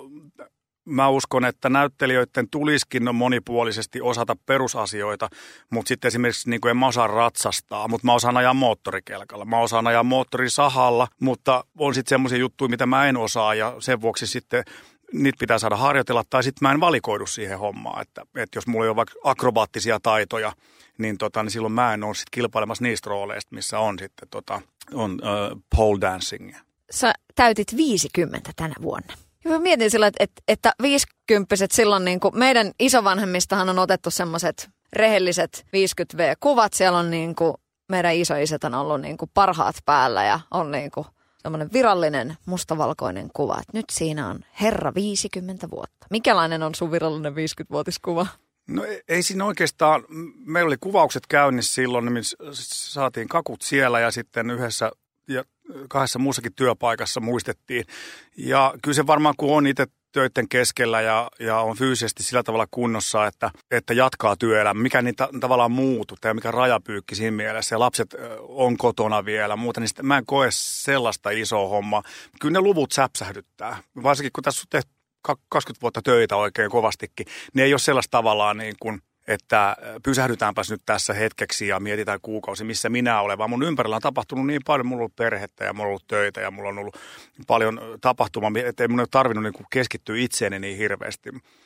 mä uskon, että näyttelijöiden tulisikin monipuolisesti osata perusasioita, mutta sitten esimerkiksi niin kuin en mä osaa ratsastaa, mutta mä osaan ajaa moottorikelkalla. Mä osaan ajaa moottorisahalla, mutta on sitten semmoisia juttuja, mitä mä en osaa ja sen vuoksi sitten niitä pitää saada harjoitella, tai sitten mä en valikoidu siihen hommaan, että, että jos mulla ei ole vaikka akrobaattisia taitoja, niin, tota, niin silloin mä en ole sitten kilpailemassa niistä rooleista, missä on sitten tota, on, uh, pole dancingia. Sä täytit viisikymmentä tänä vuonna. Ja mä mietin sillä, että, että, että viisikymppiset silloin, niin kuin meidän isovanhemmistahan on otettu semmoiset rehelliset viisikymmentä vuotias-kuvat. Siellä on niin kuin, meidän isoisät on ollut niin kuin parhaat päällä ja on niin kuin semmoinen virallinen mustavalkoinen kuva. Että nyt siinä on herra viisikymmentä vuotta. Mikälainen on sun virallinen viisikymmentävuotiskuva? No ei, ei siinä oikeastaan, meillä oli kuvaukset käynnissä silloin, niin saatiin kakut siellä ja sitten yhdessä ja kahdessa muussakin työpaikassa muistettiin. Ja kyllä se varmaan, kun on itse töiden keskellä ja, ja on fyysisesti sillä tavalla kunnossa, että, että jatkaa työelämää, mikä niitä tavallaan muutu tai mikä rajapyykki siinä mielessä ja lapset on kotona vielä muuta, niin sitten mä en koe sellaista isoa hommaa. Kyllä ne luvut säpsähdyttää, varsinkin kun tässä on tehty kaksikymmentä vuotta töitä oikein kovastikin, niin ei ole sellaista tavallaan niin kuin, että pysähdytäänpäs nyt tässä hetkeksi ja mietitään kuukausi, missä minä olen, vaan mun ympärillä on tapahtunut niin paljon, mulla on ollut perhettä ja mulla on ollut töitä ja mulla on ollut paljon tapahtumaa, että ei mun ole tarvinnut niin kuin keskittyä itseeni niin hirveästi.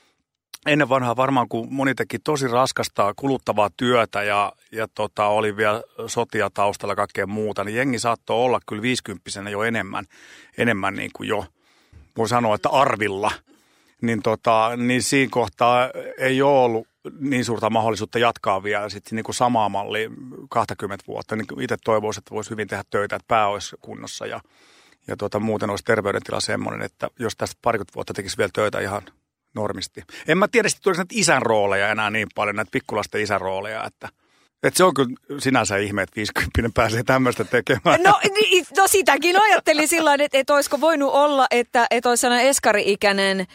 Ennen vanhaa varmaan, kun moni teki tosi raskasta, kuluttavaa työtä ja, ja tota, oli vielä sotia taustalla ja kaikkea muuta, niin jengi saattoi olla kyllä viisikymppisenä jo enemmän, enemmän niin kuin jo, voi sanoa, että arvilla. Niin, tota, niin siinä kohtaa ei ole ollut niin suurta mahdollisuutta jatkaa vielä sitten niin kuin samaa mallia kaksikymmentä vuotta. Niin itse toivoisin, että voisi hyvin tehdä töitä, että pää olisi kunnossa ja, ja tota, muuten olisi terveydentila semmoinen, että jos tästä parikymmentä vuotta tekisi vielä töitä ihan normisti. En mä tiedä, että tulisi näitä isän rooleja enää niin paljon, näitä pikkulasten isän rooleja, että Että se on kyllä sinänsä ihme, että viisikymppinen pääsee tämmöistä tekemään. No, no sitäkin ajattelin silloin, että, että olisiko voinut olla, että, että olisi sellainen eskari-ikäinen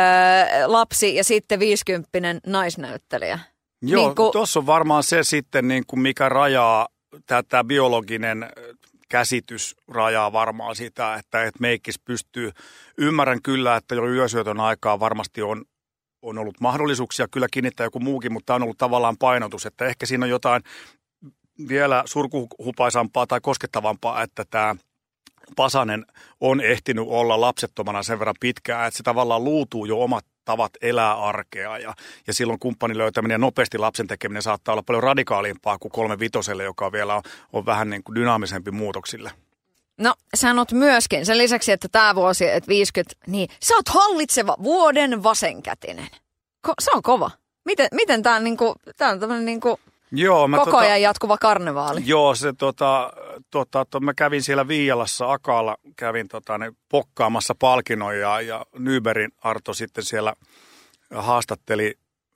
ää, lapsi ja sitten viisikymppinen naisnäyttelijä. Joo, niin kun tuossa on varmaan se sitten, niin kuin mikä rajaa, tämä biologinen käsitys rajaa varmaan sitä, että, että meikkis pystyy. Ymmärrän kyllä, että jo yösyötön aikaa varmasti on On ollut mahdollisuuksia kyllä kiinnittää joku muukin, mutta on ollut tavallaan painotus, että ehkä siinä on jotain vielä surkuhupaisampaa tai koskettavampaa, että tämä Pasanen on ehtinyt olla lapsettomana sen verran pitkään, että se tavallaan luutuu jo omat tavat elää arkea ja, ja silloin kumppanin löytäminen ja nopeasti lapsen tekeminen saattaa olla paljon radikaalimpaa kuin kolme vitoselle, joka vielä on, on vähän niin kuin dynaamisempi muutoksille. No, sä oot myöskin, sen lisäksi, että tämä vuosi, että viisikymmentä, niin sä oot hallitseva vuoden vasenkätinen. Ko- se on kova. Miten, miten tää on niinku, tää on tämmönen niinku Joo, mä koko tota, ajan jatkuva karnevaali? Joo, se tota, tota, to, mä kävin siellä Viialassa, Akalla, kävin tota, ne pokkaamassa palkinnoja ja Nyberin Arto sitten siellä haastatteli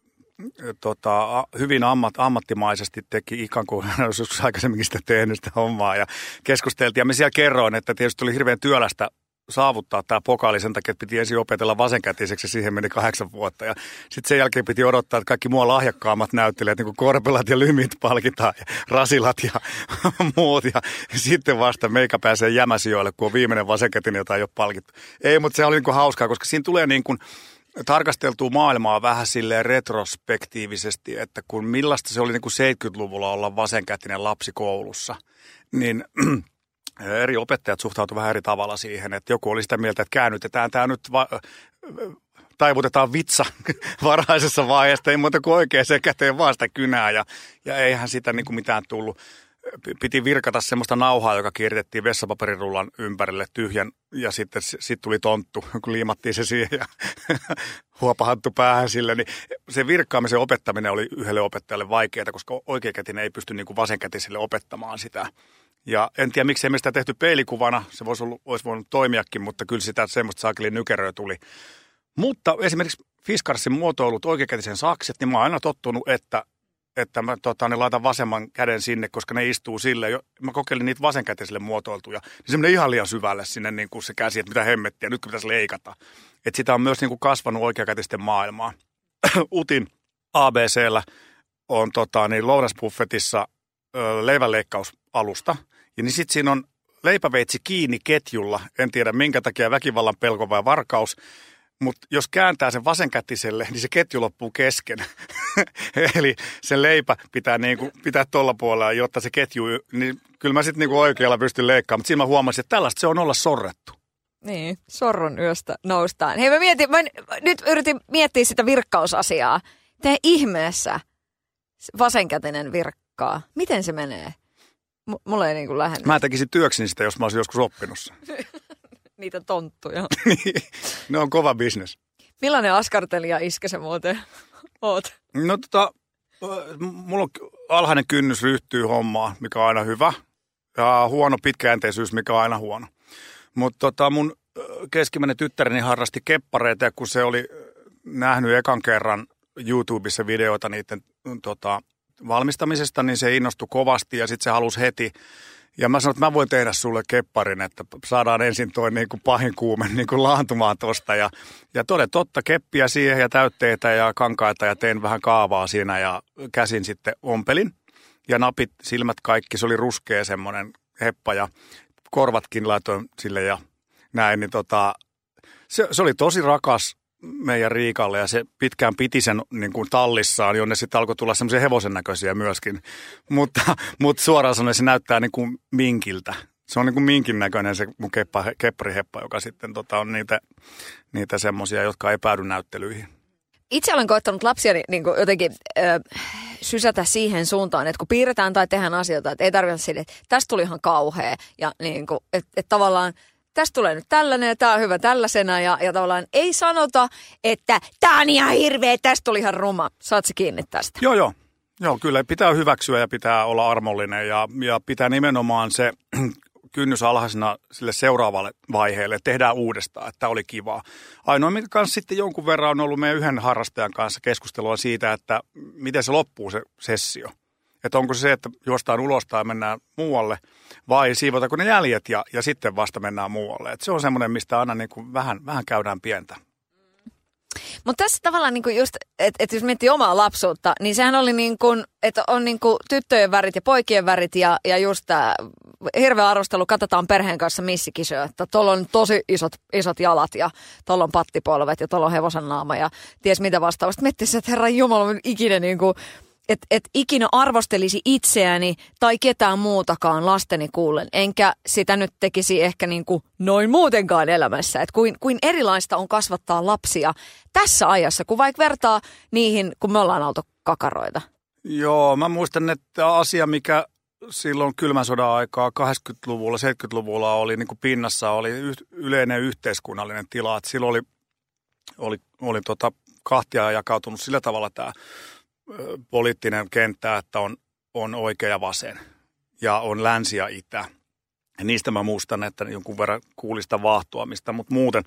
Tota, hyvin ammat, ammattimaisesti teki ikään kuin hän olisi joskus aikaisemminkin sitä tehnyt sitä hommaa ja keskusteltiin. Ja me siellä kerroin, että tietysti oli hirveän työlästä saavuttaa tämä pokaali sen takia, että piti ensin opetella vasenkätiseksi ja siihen meni kahdeksan vuotta. Ja sitten sen jälkeen piti odottaa, että kaikki mua lahjakkaammat näyttelijät, niin kuin Korpelat ja Lymit palkitaan ja Rasilat ja muut. Ja sitten vasta meikä pääsee Jämäsijoille, kun on viimeinen vasenkätinen, jota ei ole palkittu. Ei, mutta se oli niin kuin hauskaa, koska siinä tulee niin kuin tarkasteltua maailmaa vähän silleen retrospektiivisesti, että kun millaista se oli niin kuin seitsemänkymmentäluvulla olla vasenkätinen lapsi koulussa, niin eri opettajat suhtautuivat vähän eri tavalla siihen, että joku oli sitä mieltä, että käännytetään tämä nyt, va- taivutetaan vitsa varhaisessa vaiheessa, ei muuta kuin oikeaan käteen vaan sitä kynää ja, ja eihän sitä niin kuin mitään tullut. Piti virkata semmoista nauhaa, joka kiertettiin vessapaperirullan ympärille tyhjän ja sitten sit tuli tonttu, kun liimattiin se siihen ja huopahanttu päähän sille. Niin se virkkaamisen opettaminen oli yhdelle opettajalle vaikeaa, koska oikeakätinen ei pysty niin kuin vasenkätiselle opettamaan sitä. Ja en tiedä, miksi emme sitä tehty peilikuvana, se voisi, ollut, olisi voinut toimiakin, mutta kyllä sitä semmoista saakelin nykeröä tuli. Mutta esimerkiksi Fiskarsin muotoilut oikeakätisen sakset, niin mä oon aina tottunut, että että mä tota, ne laitan vasemman käden sinne, koska ne istuu sille. Mä kokeilin niitä vasenkätisille muotoiltuja. Niin se menee ihan liian syvälle sinne niin kuin se käsi, että mitä hemmettiä, nyt pitäisi leikata. Että sitä on myös niin kuin kasvanut oikeakätisten maailmaa. Utin A B C:llä on tota, niin lounasbuffetissa ö, leivänleikkausalusta. Ja niin sitten siinä on leipäveitsi kiinni ketjulla. En tiedä minkä takia väkivallan pelko vai varkaus. Mutta jos kääntää sen vasenkätiselle, niin se ketju loppuu kesken. Eli se leipä pitää, niinku, pitää tuolla puolella, jotta se ketju, niin kyllä mä sitten niinku oikealla pystyn leikkaamaan. Mutta siinä mä huomasin, että tällaista se on olla sorrettu. Niin, sorron yöstä noustaan. Hei mä mietin, mä nyt yritin miettiä sitä virkkausasiaa. Tee ihmeessä vasenkätinen virkkaa. Miten se menee? M- mulle ei niin kuin lähde. Mä tekisin työkseni sitä, jos mä olisin joskus oppinut sen. Niitä tonttuja. Ne on kova bisnes. Millainen askartelija iskä sä muuten oot? No tota, mulla on alhainen kynnys ryhtyy hommaan, mikä on aina hyvä. Ja huono pitkäjänteisyys, mikä on aina huono. Mutta tota, mun keskimmäinen tyttäreni harrasti keppareita, ja kun se oli nähnyt ekan kerran YouTubessa videoita niiden tota, valmistamisesta, niin se innostui kovasti ja sitten se halusi heti. Ja mä sanoin, että mä voin tehdä sulle kepparin, että saadaan ensin toi niin kuin pahin kuume niin kuin laantumaan tosta. Ja, ja toden totta, keppiä siihen ja täytteitä ja kankaita ja tein vähän kaavaa siinä ja käsin sitten ompelin. Ja napit, silmät kaikki, se oli ruskea semmoinen heppa ja korvatkin laitoin sille ja näin. Niin tota, se, se oli tosi rakas meidän Riikalle ja se pitkään piti sen niin kuin tallissaan, jonne sitten alkoi tulla semmoisia hevosen näköisiä myöskin. Mutta, mutta suoraan sanoen se näyttää niin kuin minkiltä. Se on niin kuin minkin näköinen se mun keppa, keppariheppa, joka sitten tota, on niitä, niitä semmoisia, jotka ei päädy näyttelyihin. Itse olen koettanut lapsiani niin kuin jotenkin ö, sysätä siihen suuntaan, että kun piirretään tai tehdään asioita, että ei tarvitse sille, että tästä tuli ihan kauhea ja niin kuin, että, että tavallaan tästä tulee nyt tällainen ja tämä on hyvä tällaisena ja, ja tavallaan ei sanota, että tämä on ihan hirveä, tästä tuli ihan ruma. Saat se kiinni tästä? Joo, joo. Joo, kyllä pitää hyväksyä ja pitää olla armollinen ja, ja pitää nimenomaan se kynnys alhaisena sille seuraavalle vaiheelle. Tehdään uudestaan, että tämä oli kivaa. Ainoa, mikä kanssa sitten jonkun verran on ollut meidän yhden harrastajan kanssa keskustelua siitä, että miten se loppuu se sessio. Että onko se se, että juostaan ulos tai mennään muualle vai siivotaanko ne jäljet ja, ja sitten vasta mennään muualle. Että se on semmoinen, mistä aina niin kuin vähän, vähän käydään pientä. Mutta tässä tavallaan niinku just, että et jos miettii omaa lapsuutta, niin sehän oli niin kuin, että on niinku tyttöjen värit ja poikien värit ja, ja just tämä hirveä arvostelu, katsotaan perheen kanssa missikisoja, että tuolla on tosi isot, isot jalat ja tuolla on pattipolvet ja tuolla on hevosen naama ja ties mitä vastaavasti. Miettii, että herran jumala, ikinä niinku, että et ikinä arvostelisi itseäni tai ketään muutakaan lasteni kuullen, enkä sitä nyt tekisi ehkä niin kuin noin muutenkaan elämässä. Että kuin, kuin erilaista on kasvattaa lapsia tässä ajassa, kun vaikka vertaa niihin, kun me ollaan oltu kakaroita. Joo, mä muistan, että asia, mikä silloin kylmän sodan aikaa kahdeksankymmentäluvulla, seitsemänkymmentäluvulla oli niin kuin pinnassa, oli yleinen yhteiskunnallinen tila. Että silloin oli, oli, oli tota kahtia jakautunut sillä tavalla tämä poliittinen kenttä, että on, on oikea ja vasen ja on länsi ja itä. Ja niistä mä muistan, että jonkun verran kuulista vaahtoamista, mutta muuten,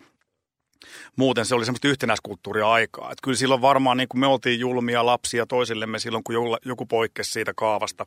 muuten se oli semmoista yhtenäiskulttuuria aikaa. Että kyllä silloin varmaan niin kuin me oltiin julmia lapsia toisillemme silloin, kun joku poikkesi siitä kaavasta.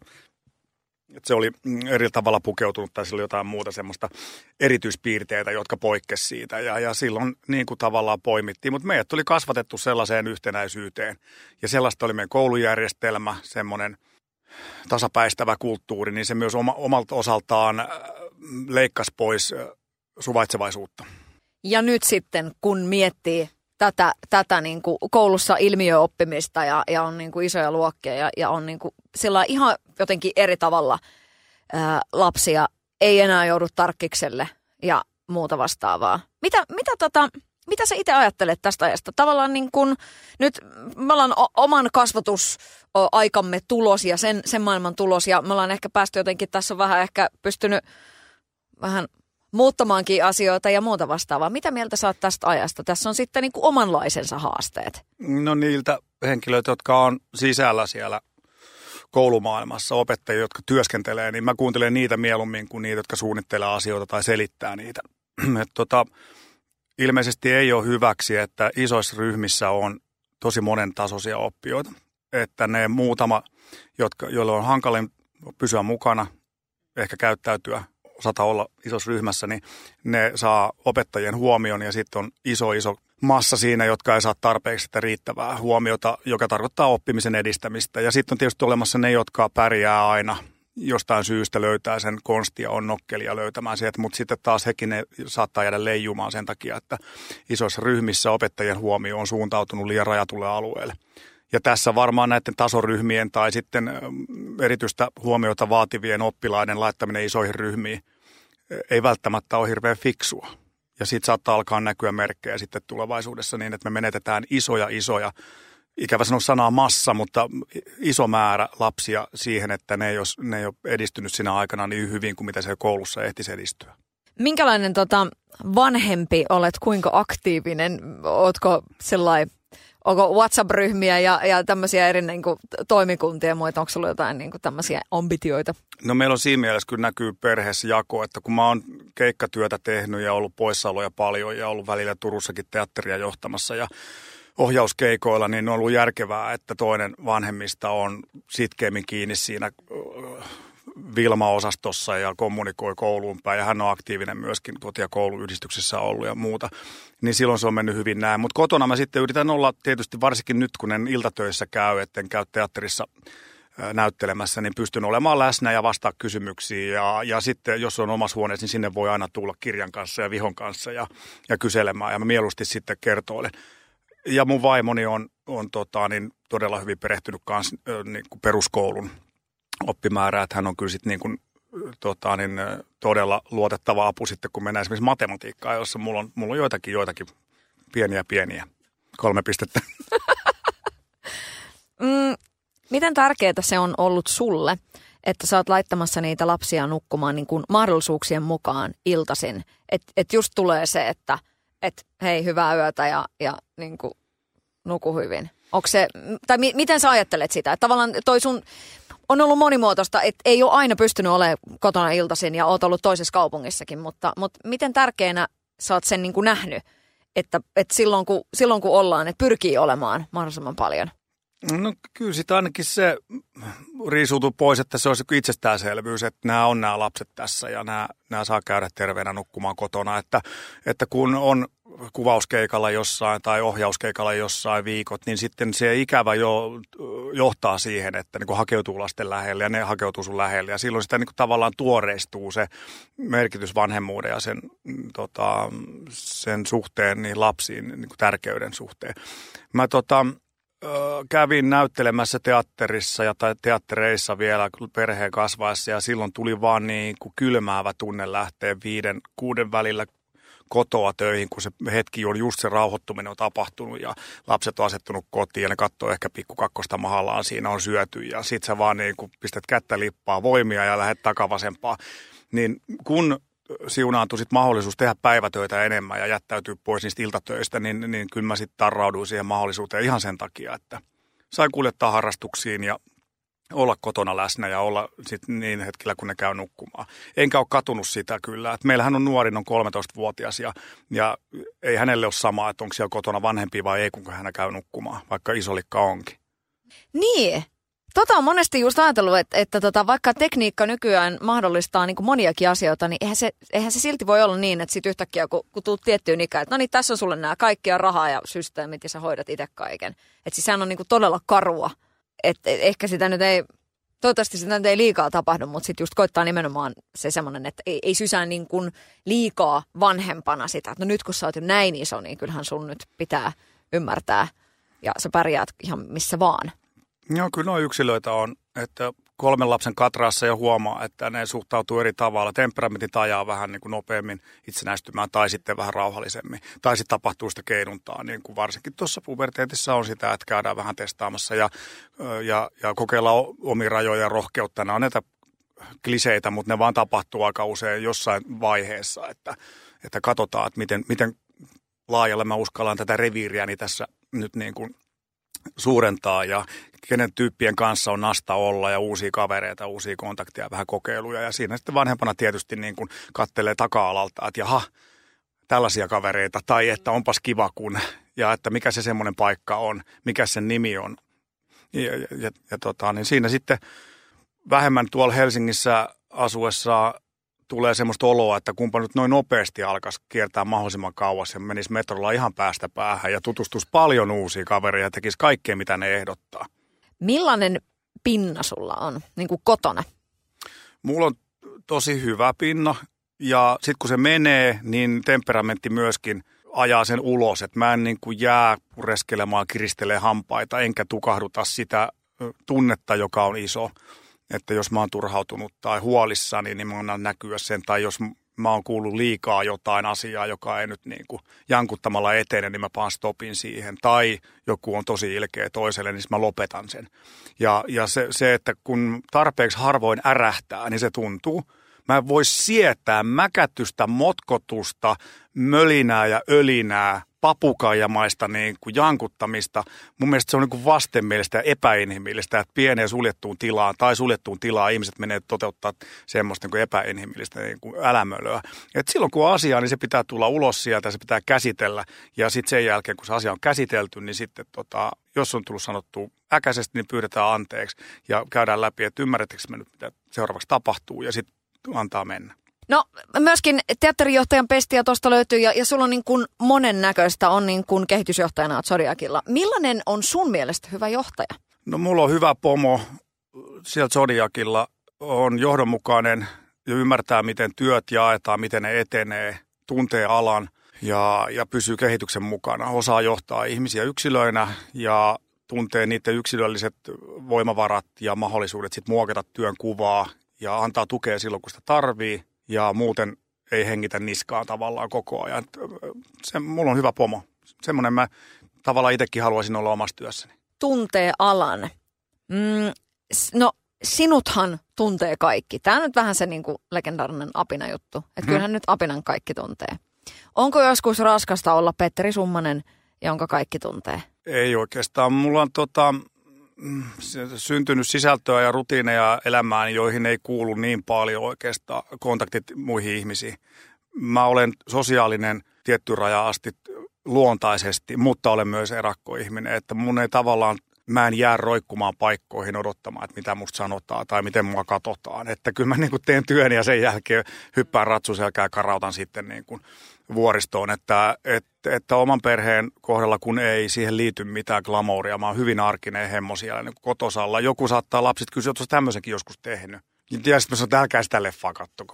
Että se oli eri tavalla pukeutunut tai sillä oli jotain muuta semmoista erityispiirteitä, jotka poikkesi siitä. Ja, ja silloin niin kuin tavallaan poimittiin, mutta meidät tuli kasvatettu sellaiseen yhtenäisyyteen. Ja sellaista oli meidän koulujärjestelmä, semmoinen tasapäistävä kulttuuri, niin se myös oma, omalta osaltaan leikkasi pois suvaitsevaisuutta. Ja nyt sitten, kun miettii tätä, tätä niin kuin koulussa ilmiöoppimista ja, ja on niin kuin isoja luokkia ja, ja on niin kuin sillä ihan jotenkin eri tavalla ää, lapsia ei enää joudu tarkkikselle ja muuta vastaavaa. Mitä, mitä, tota, mitä sä itse ajattelet tästä ajasta? Tavallaan niin kuin nyt me ollaan o- oman kasvatusaikamme tulos ja sen, sen maailman tulos ja me ollaan ehkä päästy jotenkin, tässä on vähän ehkä pystynyt vähän muuttamaankin asioita ja muuta vastaavaa. Mitä mieltä sä oot tästä ajasta? Tässä on sitten niin kuin omanlaisensa haasteet. No niiltä henkilöitä, jotka on sisällä siellä koulumaailmassa, opettajia, jotka työskentelee, niin mä kuuntelen niitä mieluummin kuin niitä, jotka suunnittelee asioita tai selittää niitä. tota, ilmeisesti ei ole hyväksi, että isoissa ryhmissä on tosi monen tasoisia oppijoita. Että ne muutama, jotka, joilla on hankalin pysyä mukana, ehkä käyttäytyä, osata olla isossa ryhmässä, niin ne saa opettajien huomion ja sitten on iso, iso massa siinä, jotka ei saa tarpeeksi sitä riittävää huomiota, joka tarkoittaa oppimisen edistämistä. Ja sitten on tietysti olemassa ne, jotka pärjää aina jostain syystä, löytää sen konstia, on nokkelia löytämään sieltä, mutta sitten taas hekin ne saattaa jäädä leijumaan sen takia, että isoissa ryhmissä opettajien huomio on suuntautunut liian rajatulle alueelle. Ja tässä varmaan näiden tasoryhmien tai sitten erityistä huomiota vaativien oppilaiden laittaminen isoihin ryhmiin ei välttämättä ole hirveän fiksua. Ja siitä saattaa alkaa näkyä merkkejä sitten tulevaisuudessa niin, että me menetetään isoja, isoja, ikävä sanoa sanaa massa, mutta iso määrä lapsia siihen, että ne ei ole, ne ei ole edistynyt siinä aikana niin hyvin kuin mitä se koulussa ehtisi edistyä. Minkälainen tota, vanhempi olet, kuinka aktiivinen, ootko sellainen, onko WhatsApp-ryhmiä ja, ja tämmöisiä eri niin kuin, toimikuntia ja muita, onko sulla jotain niin kuin, tämmöisiä ambitioita? No meillä on siinä mielessä kyllä näkyy perheessä jako, että kun mä oon keikkatyötä tehnyt ja ollut poissaoloja paljon ja ollut välillä Turussakin teatteria johtamassa ja ohjauskeikoilla, niin on ollut järkevää, että toinen vanhemmista on sitkeämmin kiinni siinä Vilma-osastossa ja kommunikoi kouluun päin. Ja hän on aktiivinen myöskin koti- ja kouluyhdistyksessä ollut ja muuta. Niin silloin se on mennyt hyvin näin. Mutta kotona mä sitten yritän olla tietysti varsinkin nyt, kun en iltatöissä käy, etten käy teatterissa näyttelemässä, niin pystyn olemaan läsnä ja vastaa kysymyksiin. Ja, ja sitten, jos on omassa huoneessa, niin sinne voi aina tulla kirjan kanssa ja vihon kanssa ja, ja kyselemään. Ja mä mieluusti sitten kertoilen. Ja mun vaimoni on, on tota, niin todella hyvin perehtynyt kans, niin kuin peruskoulun oppimäärää, että hän on kyllä sitten niin kuin, tota, niin, todella luotettava apu sitten, kun mennään esimerkiksi matematiikkaan, jossa mulla on, mulla on joitakin, joitakin pieniä pieniä. Kolme pistettä. mm, miten tärkeää se on ollut sulle, että sä oot laittamassa niitä lapsia nukkumaan niin kuin mahdollisuuksien mukaan iltaisin? Että et just tulee se, että et, hei, hyvää yötä ja, ja niin kuin, nuku hyvin. Onko se, tai mi, miten sä ajattelet sitä? Että tavallaan toi sun on ollut monimuotoista, että ei ole aina pystynyt olemaan kotona iltaisin ja oot ollut toisessa kaupungissakin, mutta, mutta miten tärkeänä sä oot sen niin kuin nähnyt, että, että silloin, kun, silloin kun ollaan, että pyrkii olemaan mahdollisimman paljon? No kyllä sitä ainakin se riisuutuu pois, että se olisi itsestäänselvyys, että nämä on nämä lapset tässä ja nämä, nämä saa käydä terveenä nukkumaan kotona, että, että kun on kuvauskeikalla jossain tai ohjauskeikalla jossain viikot, niin sitten se ikävä jo johtaa siihen, että niin kuin hakeutuu lasten lähelle ja ne hakeutuu sun lähelle ja silloin sitä niin kuin tavallaan tuoreistuu se merkitys vanhemmuuden ja sen, tota, sen suhteen niin lapsiin niin kuin tärkeyden suhteen. Mä tota... kävin näyttelemässä teatterissa ja tai teattereissa vielä perheen kasvaessa ja silloin tuli vaan niin kuin kylmäävä tunne lähteä viiden, kuuden välillä kotoa töihin, kun se hetki on just se rauhoittuminen on tapahtunut ja lapset on asettunut kotiin ja ne katsoo ehkä pikkukakkosta mahallaan, siinä on syöty ja sit sä vaan niin kuin pistät kättä lippaa voimia ja lähdet takavasempaa. Niin kun siunaantui sit mahdollisuus tehdä päivätöitä enemmän ja jättäytyy pois niistä iltatöistä, niin, niin kyllä mä sitten tarrauduin siihen mahdollisuuteen ihan sen takia, että sai kuljettaa harrastuksiin ja olla kotona läsnä ja olla sitten niin hetkellä, kun ne käy nukkumaan. Enkä ole katunut sitä kyllä. Et meillähän on nuorin on kolmetoistavuotias ja, ja ei hänelle ole sama, että onko siellä kotona vanhempi vai ei, kun hän käy nukkumaan, vaikka isolikka onkin. Niin. Tota on monesti just ajatellut, että, että tota, vaikka tekniikka nykyään mahdollistaa niin kuin moniakin asioita, niin eihän se, eihän se silti voi olla niin, että sitten yhtäkkiä kun, kun tulet tiettyyn ikään, että no niin, tässä on sulle nämä kaikkia rahaa ja systeemit ja sä hoidat itse kaiken. Että siis sehän on niin kuin todella karua. Että et, ehkä sitä nyt ei, toivottavasti sitä nyt ei liikaa tapahdu, mutta sitten just koittaa nimenomaan se semmoinen, että ei, ei sysää niin kuin liikaa vanhempana sitä. Että no nyt kun sä oot jo näin iso, niin kyllähän sun nyt pitää ymmärtää ja sä pärjäät ihan missä vaan. Joo, kyllä nuo yksilöitä on, että kolmen lapsen katraassa jo huomaa, että ne suhtautuu eri tavalla. Temperamentit ajaa vähän niin kuin nopeammin itsenäistymään tai sitten vähän rauhallisemmin. Tai sitten tapahtuu sitä keiduntaa, niin kuin varsinkin tuossa puberteetissa on sitä, että käydään vähän testaamassa ja, ja, ja kokeillaan omia rajoja ja rohkeutta. Nämä on näitä kliseitä, mutta ne vaan tapahtuu aika usein jossain vaiheessa, että, että katsotaan, että miten, miten laajalle mä uskallan tätä reviiriäni tässä nyt niin kuin suurentaa ja kenen tyyppien kanssa on nasta olla ja uusia kavereita, uusia kontakteja, vähän kokeiluja. Ja siinä sitten vanhempana tietysti niin kuin kattelee taka-alalta, että jaha, tällaisia kavereita tai että onpas kiva kun ja että mikä se semmoinen paikka on, mikä sen nimi on. Ja, ja, ja, ja tota, niin siinä sitten vähemmän tuolla Helsingissä asuessa tulee semmoista oloa, että kumpa nyt noin nopeasti alkaisi kiertää mahdollisimman kauas ja menisi metrolla ihan päästä päähän ja tutustuisi paljon uusia kavereita ja tekisi kaikkea, mitä ne ehdottaa. Millainen pinna sulla on, niin kuin kotona? Mulla on tosi hyvä pinna ja sitten kun se menee, niin temperamentti myöskin ajaa sen ulos, että mä en niin kuin jää pureskelemaan, kiristelee hampaita, enkä tukahduta sitä tunnetta, joka on iso. Että jos mä oon turhautunut tai huolissani, niin mä annan näkyä sen. Tai jos mä oon kuullut liikaa jotain asiaa, joka ei nyt niin kuin jankuttamalla etene, niin mä paan stopin siihen. Tai joku on tosi ilkeä toiselle, niin mä lopetan sen. Ja, ja se, se, että kun tarpeeksi harvoin ärähtää, niin se tuntuu. Mä en voi sietää mäkätystä, motkotusta, mölinää ja ölinää, papukaijamaista niin kuin jankuttamista. Mun mielestä se on niin kuin vastenmielistä ja epäinhimillistä, että pieneen suljettuun tilaan tai suljettuun tilaan ihmiset menee toteuttaa semmoista niin kuin epäinhimillistä niin kuin älämölöä. Et silloin kun on asia, niin se pitää tulla ulos sieltä, se pitää käsitellä ja sitten sen jälkeen, kun se asia on käsitelty, niin sitten tota, jos on tullut sanottua äkäisesti, niin pyydetään anteeksi ja käydään läpi, että ymmärrättekö me nyt, mitä seuraavaksi tapahtuu ja sitten antaa mennä. No myöskin teatterijohtajan pestiä tuosta löytyy ja, ja sulla on niin kuin monennäköistä, on niin kuin kehitysjohtajana oot Zodiacilla. Millainen on sun mielestä hyvä johtaja? No mulla on hyvä pomo sieltä Zodiacilla, on johdonmukainen ja ymmärtää miten työt jaetaan, miten ne etenee, tuntee alan ja, ja pysyy kehityksen mukana. Osaa johtaa ihmisiä yksilöinä ja tuntee niiden yksilölliset voimavarat ja mahdollisuudet sit muokata työn kuvaa ja antaa tukea silloin kun sitä tarvii. Ja muuten ei hengitä niskaan tavallaan koko ajan. Se, mulla on hyvä pomo. Semmoinen mä tavallaan itsekin haluaisin olla omassa työssäni. Tuntee alan. Mm, no sinuthan tuntee kaikki. Tämä on nyt vähän se niin kuin legendaarinen Apina juttu. Että hmm. kyllähän nyt Apinan kaikki tuntee. Onko joskus raskasta olla Petteri Summanen, jonka kaikki tuntee? Ei oikeastaan. Mulla on tota... syntynyt sisältöä ja rutiineja elämään, joihin ei kuulu niin paljon oikeastaan kontaktit muihin ihmisiin. Mä olen sosiaalinen tietty raja asti luontaisesti, mutta olen myös erakkoihminen, että mun ei tavallaan, mä en jää roikkumaan paikkoihin odottamaan, että mitä musta sanotaan tai miten mua katsotaan. Että kyllä mä niin kuin teen työn ja sen jälkeen hyppään ratsuselkään ja karautan sitten niin kuin vuoristoon, että, että, että oman perheen kohdalla kun ei siihen liity mitään glamouria, mä oon hyvin arkinen hemmo siellä niin kotosalla. Joku saattaa lapsit kysyä, että oot tämmöisenkin joskus tehnyt. Ja sitten mä sanon, että älkää sitä leffaa kattoko.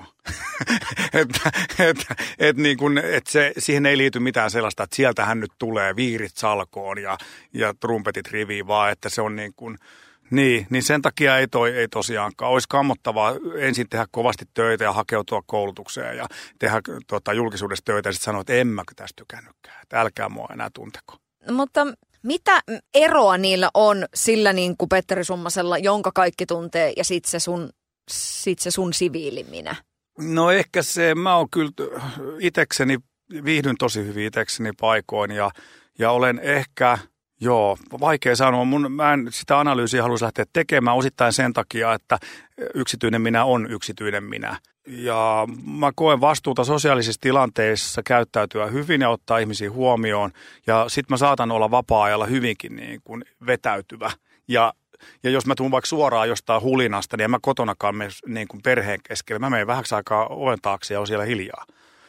että et, et, niin kun, et se, siihen ei liity mitään sellaista, että sieltähän nyt tulee viirit salkoon ja, ja trumpetit riviin, vaan että se on niin kuin... Niin, niin sen takia ei, toi, ei tosiaankaan. Olisi kammottavaa ensin tehdä kovasti töitä ja hakeutua koulutukseen ja tehdä tota, julkisuudessa töitä ja sitten sanoa, että en mä tästä tykännytkään, että älkää mua enää tunteko. Mutta mitä eroa niillä on sillä niin kuin Petteri Summasella, jonka kaikki tuntee ja sitten se sun, sit se sun siviiliminä? No ehkä se, mä oon kyllä itekseni, viihdyn tosi hyvin itekseni paikoin ja, ja olen ehkä... Joo, vaikea sanoa. Mun, mä en sitä analyysiä haluaisi lähteä tekemään osittain sen takia, että yksityinen minä on yksityinen minä. Ja mä koen vastuuta sosiaalisissa tilanteissa käyttäytyä hyvin ja ottaa ihmisiä huomioon. Ja sit mä saatan olla vapaa-ajalla hyvinkin niin kuin vetäytyvä. Ja, ja jos mä tuun vaikka suoraan jostain hulinasta, niin en mä kotonakaan mene niin kuin perheen keskellä. Mä menen vähäksi aikaa oven taakse ja on siellä hiljaa.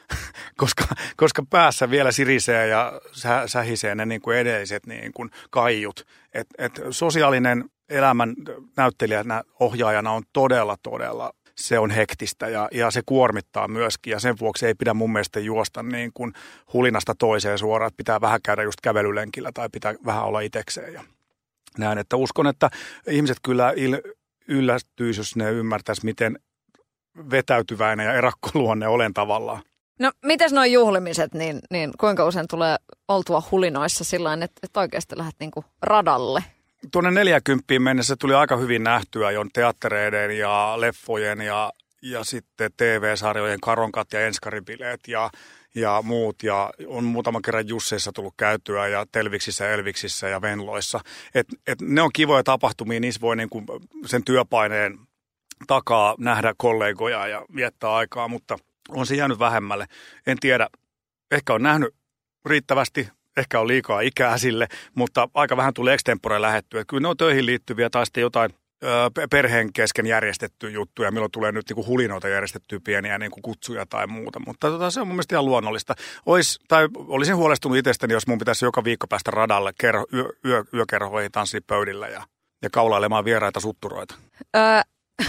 Koska, koska päässä vielä sirisee ja sä, sähisee ne niin kuin edelliset niin kuin kaiut. Et, et sosiaalinen elämän näyttelijänä, ohjaajana on todella, todella, se on hektistä ja, ja se kuormittaa myöskin. Ja sen vuoksi ei pidä mun mielestä juosta niin kuin hulinasta toiseen suoraan, että pitää vähän käydä just kävelylenkillä tai pitää vähän olla itekseen. Ja näin, että uskon, että ihmiset kyllä il, yllättyisi, jos ne ymmärtäisi, miten vetäytyväinen ja erakkoluonne olen tavallaan. No mites nuo juhlimiset, niin, niin kuinka usein tulee oltua hulinoissa sillain, että, että oikeasti lähdet niinku radalle? Tuonne neljäkymppiin mennessä tuli aika hyvin nähtyä jo teattereiden ja leffojen ja, ja sitten T V-sarjojen karonkat ja enskaribileet ja, ja muut. Ja on muutaman kerran Jusseissa tullut käytyä ja Telviksissä, Elviksissä ja Venloissa. Et, et ne on kivoja tapahtumia, niissä voi niinku sen työpaineen takaa nähdä kollegoja ja viettää aikaa, mutta... On se jäänyt vähemmälle. En tiedä, ehkä on nähnyt riittävästi, ehkä on liikaa ikää sille, mutta aika vähän tuli extempore lähettyä. Kyllä ne on töihin liittyviä tai sitten jotain ö, perheen kesken järjestettyä juttuja, milloin tulee nyt niin kuin hulinoita järjestettyä pieniä niin kuin kutsuja tai muuta. Mutta tota, se on mun mielestä ihan luonnollista. Ois, tai olisin huolestunut itsestäni, jos mun pitäisi joka viikko päästä radalle kerho, yö, yö, yökerhoihin tanssipöydillä ja, ja kaulailemaan vieraita sutturoita. Öö.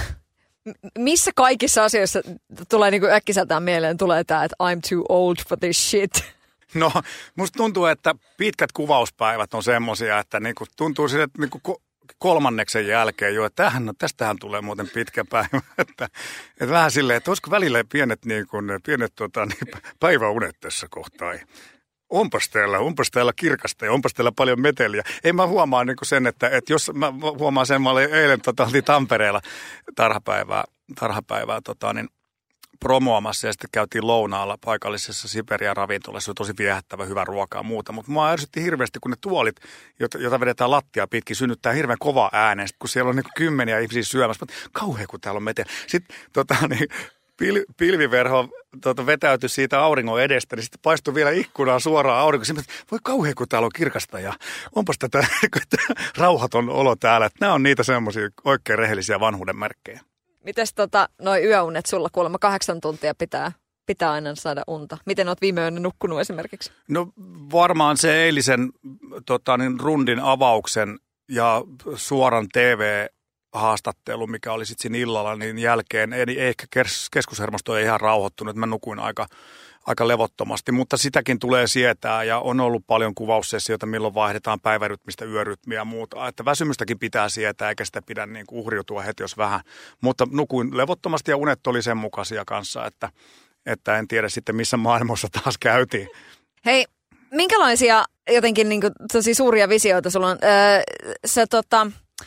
Missä kaikissa asioissa tulee niin kuin äkkiseltään mieleen tulee tämä, että I'm too old for this shit? No, musta tuntuu, että pitkät kuvauspäivät on semmoisia, että niin kuin tuntuu sille, että niin kuin kolmanneksen jälkeen jo, että tämähän, no, tästähän tulee muuten pitkä päivä. Että, että vähän silleen, että olisiko välillä pienet, niin kuin, pienet tota, niin päiväunet tässä kohtaa. Onpas täällä, onpas täällä kirkasta ja onpas täällä paljon meteliä. Ei mä huomaa niin kuin sen, että, että jos mä huomaan sen, mä olin eilen tota, oltiin Tampereella tarhapäivää, tarhapäivää tota, niin promoamassa ja sitten käytiin lounaalla paikallisessa Siperian ravintolassa. Se oli tosi viehättävä, hyvä ruokaa ja muuta. Mutta mua ärsytti hirveästi, kun ne tuolit, joita vedetään lattia pitkin, synnyttää hirveän kova äänen. Sitten kun siellä on niin kymmeniä ihmisiä syömässä, mutta kauhea kun täällä on meteä. Sitten tota, niin, pil, pilviverho tota, vetäytyi siitä auringon edestä, niin sitten paistui vielä ikkunaan suoraan aurinko. Sitten, voi kauhea kun täällä on kirkasta ja onpas tätä rauhaton olo täällä. Että nämä on niitä semmoisia oikein rehellisiä vanhuuden merkkejä. Mites tota, noi yöunet sulla kuulemma kahdeksan tuntia pitää, pitää aina saada unta? Miten oot viime yönä nukkunut esimerkiksi? No varmaan se eilisen tota, niin rundin avauksen ja suoran T V-haastattelu, mikä oli sitten siinä illalla, niin jälkeen ei, ehkä keskushermosto ei ihan rauhoittunut. Mä nukuin aika, aika levottomasti, mutta sitäkin tulee sietää ja on ollut paljon kuvaussessioita, milloin vaihdetaan päivärytmistä, yörytmiä ja muuta. Että väsymystäkin pitää sietää eikä sitä pidä niin kuin uhriutua heti jos vähän, mutta nukuin levottomasti ja unet oli sen mukaisia kanssa, että, että en tiedä sitten missä maailmassa taas käytiin. Hei, minkälaisia jotenkin niin kuin, tosi suuria visioita sulla on? Öö, sä tota...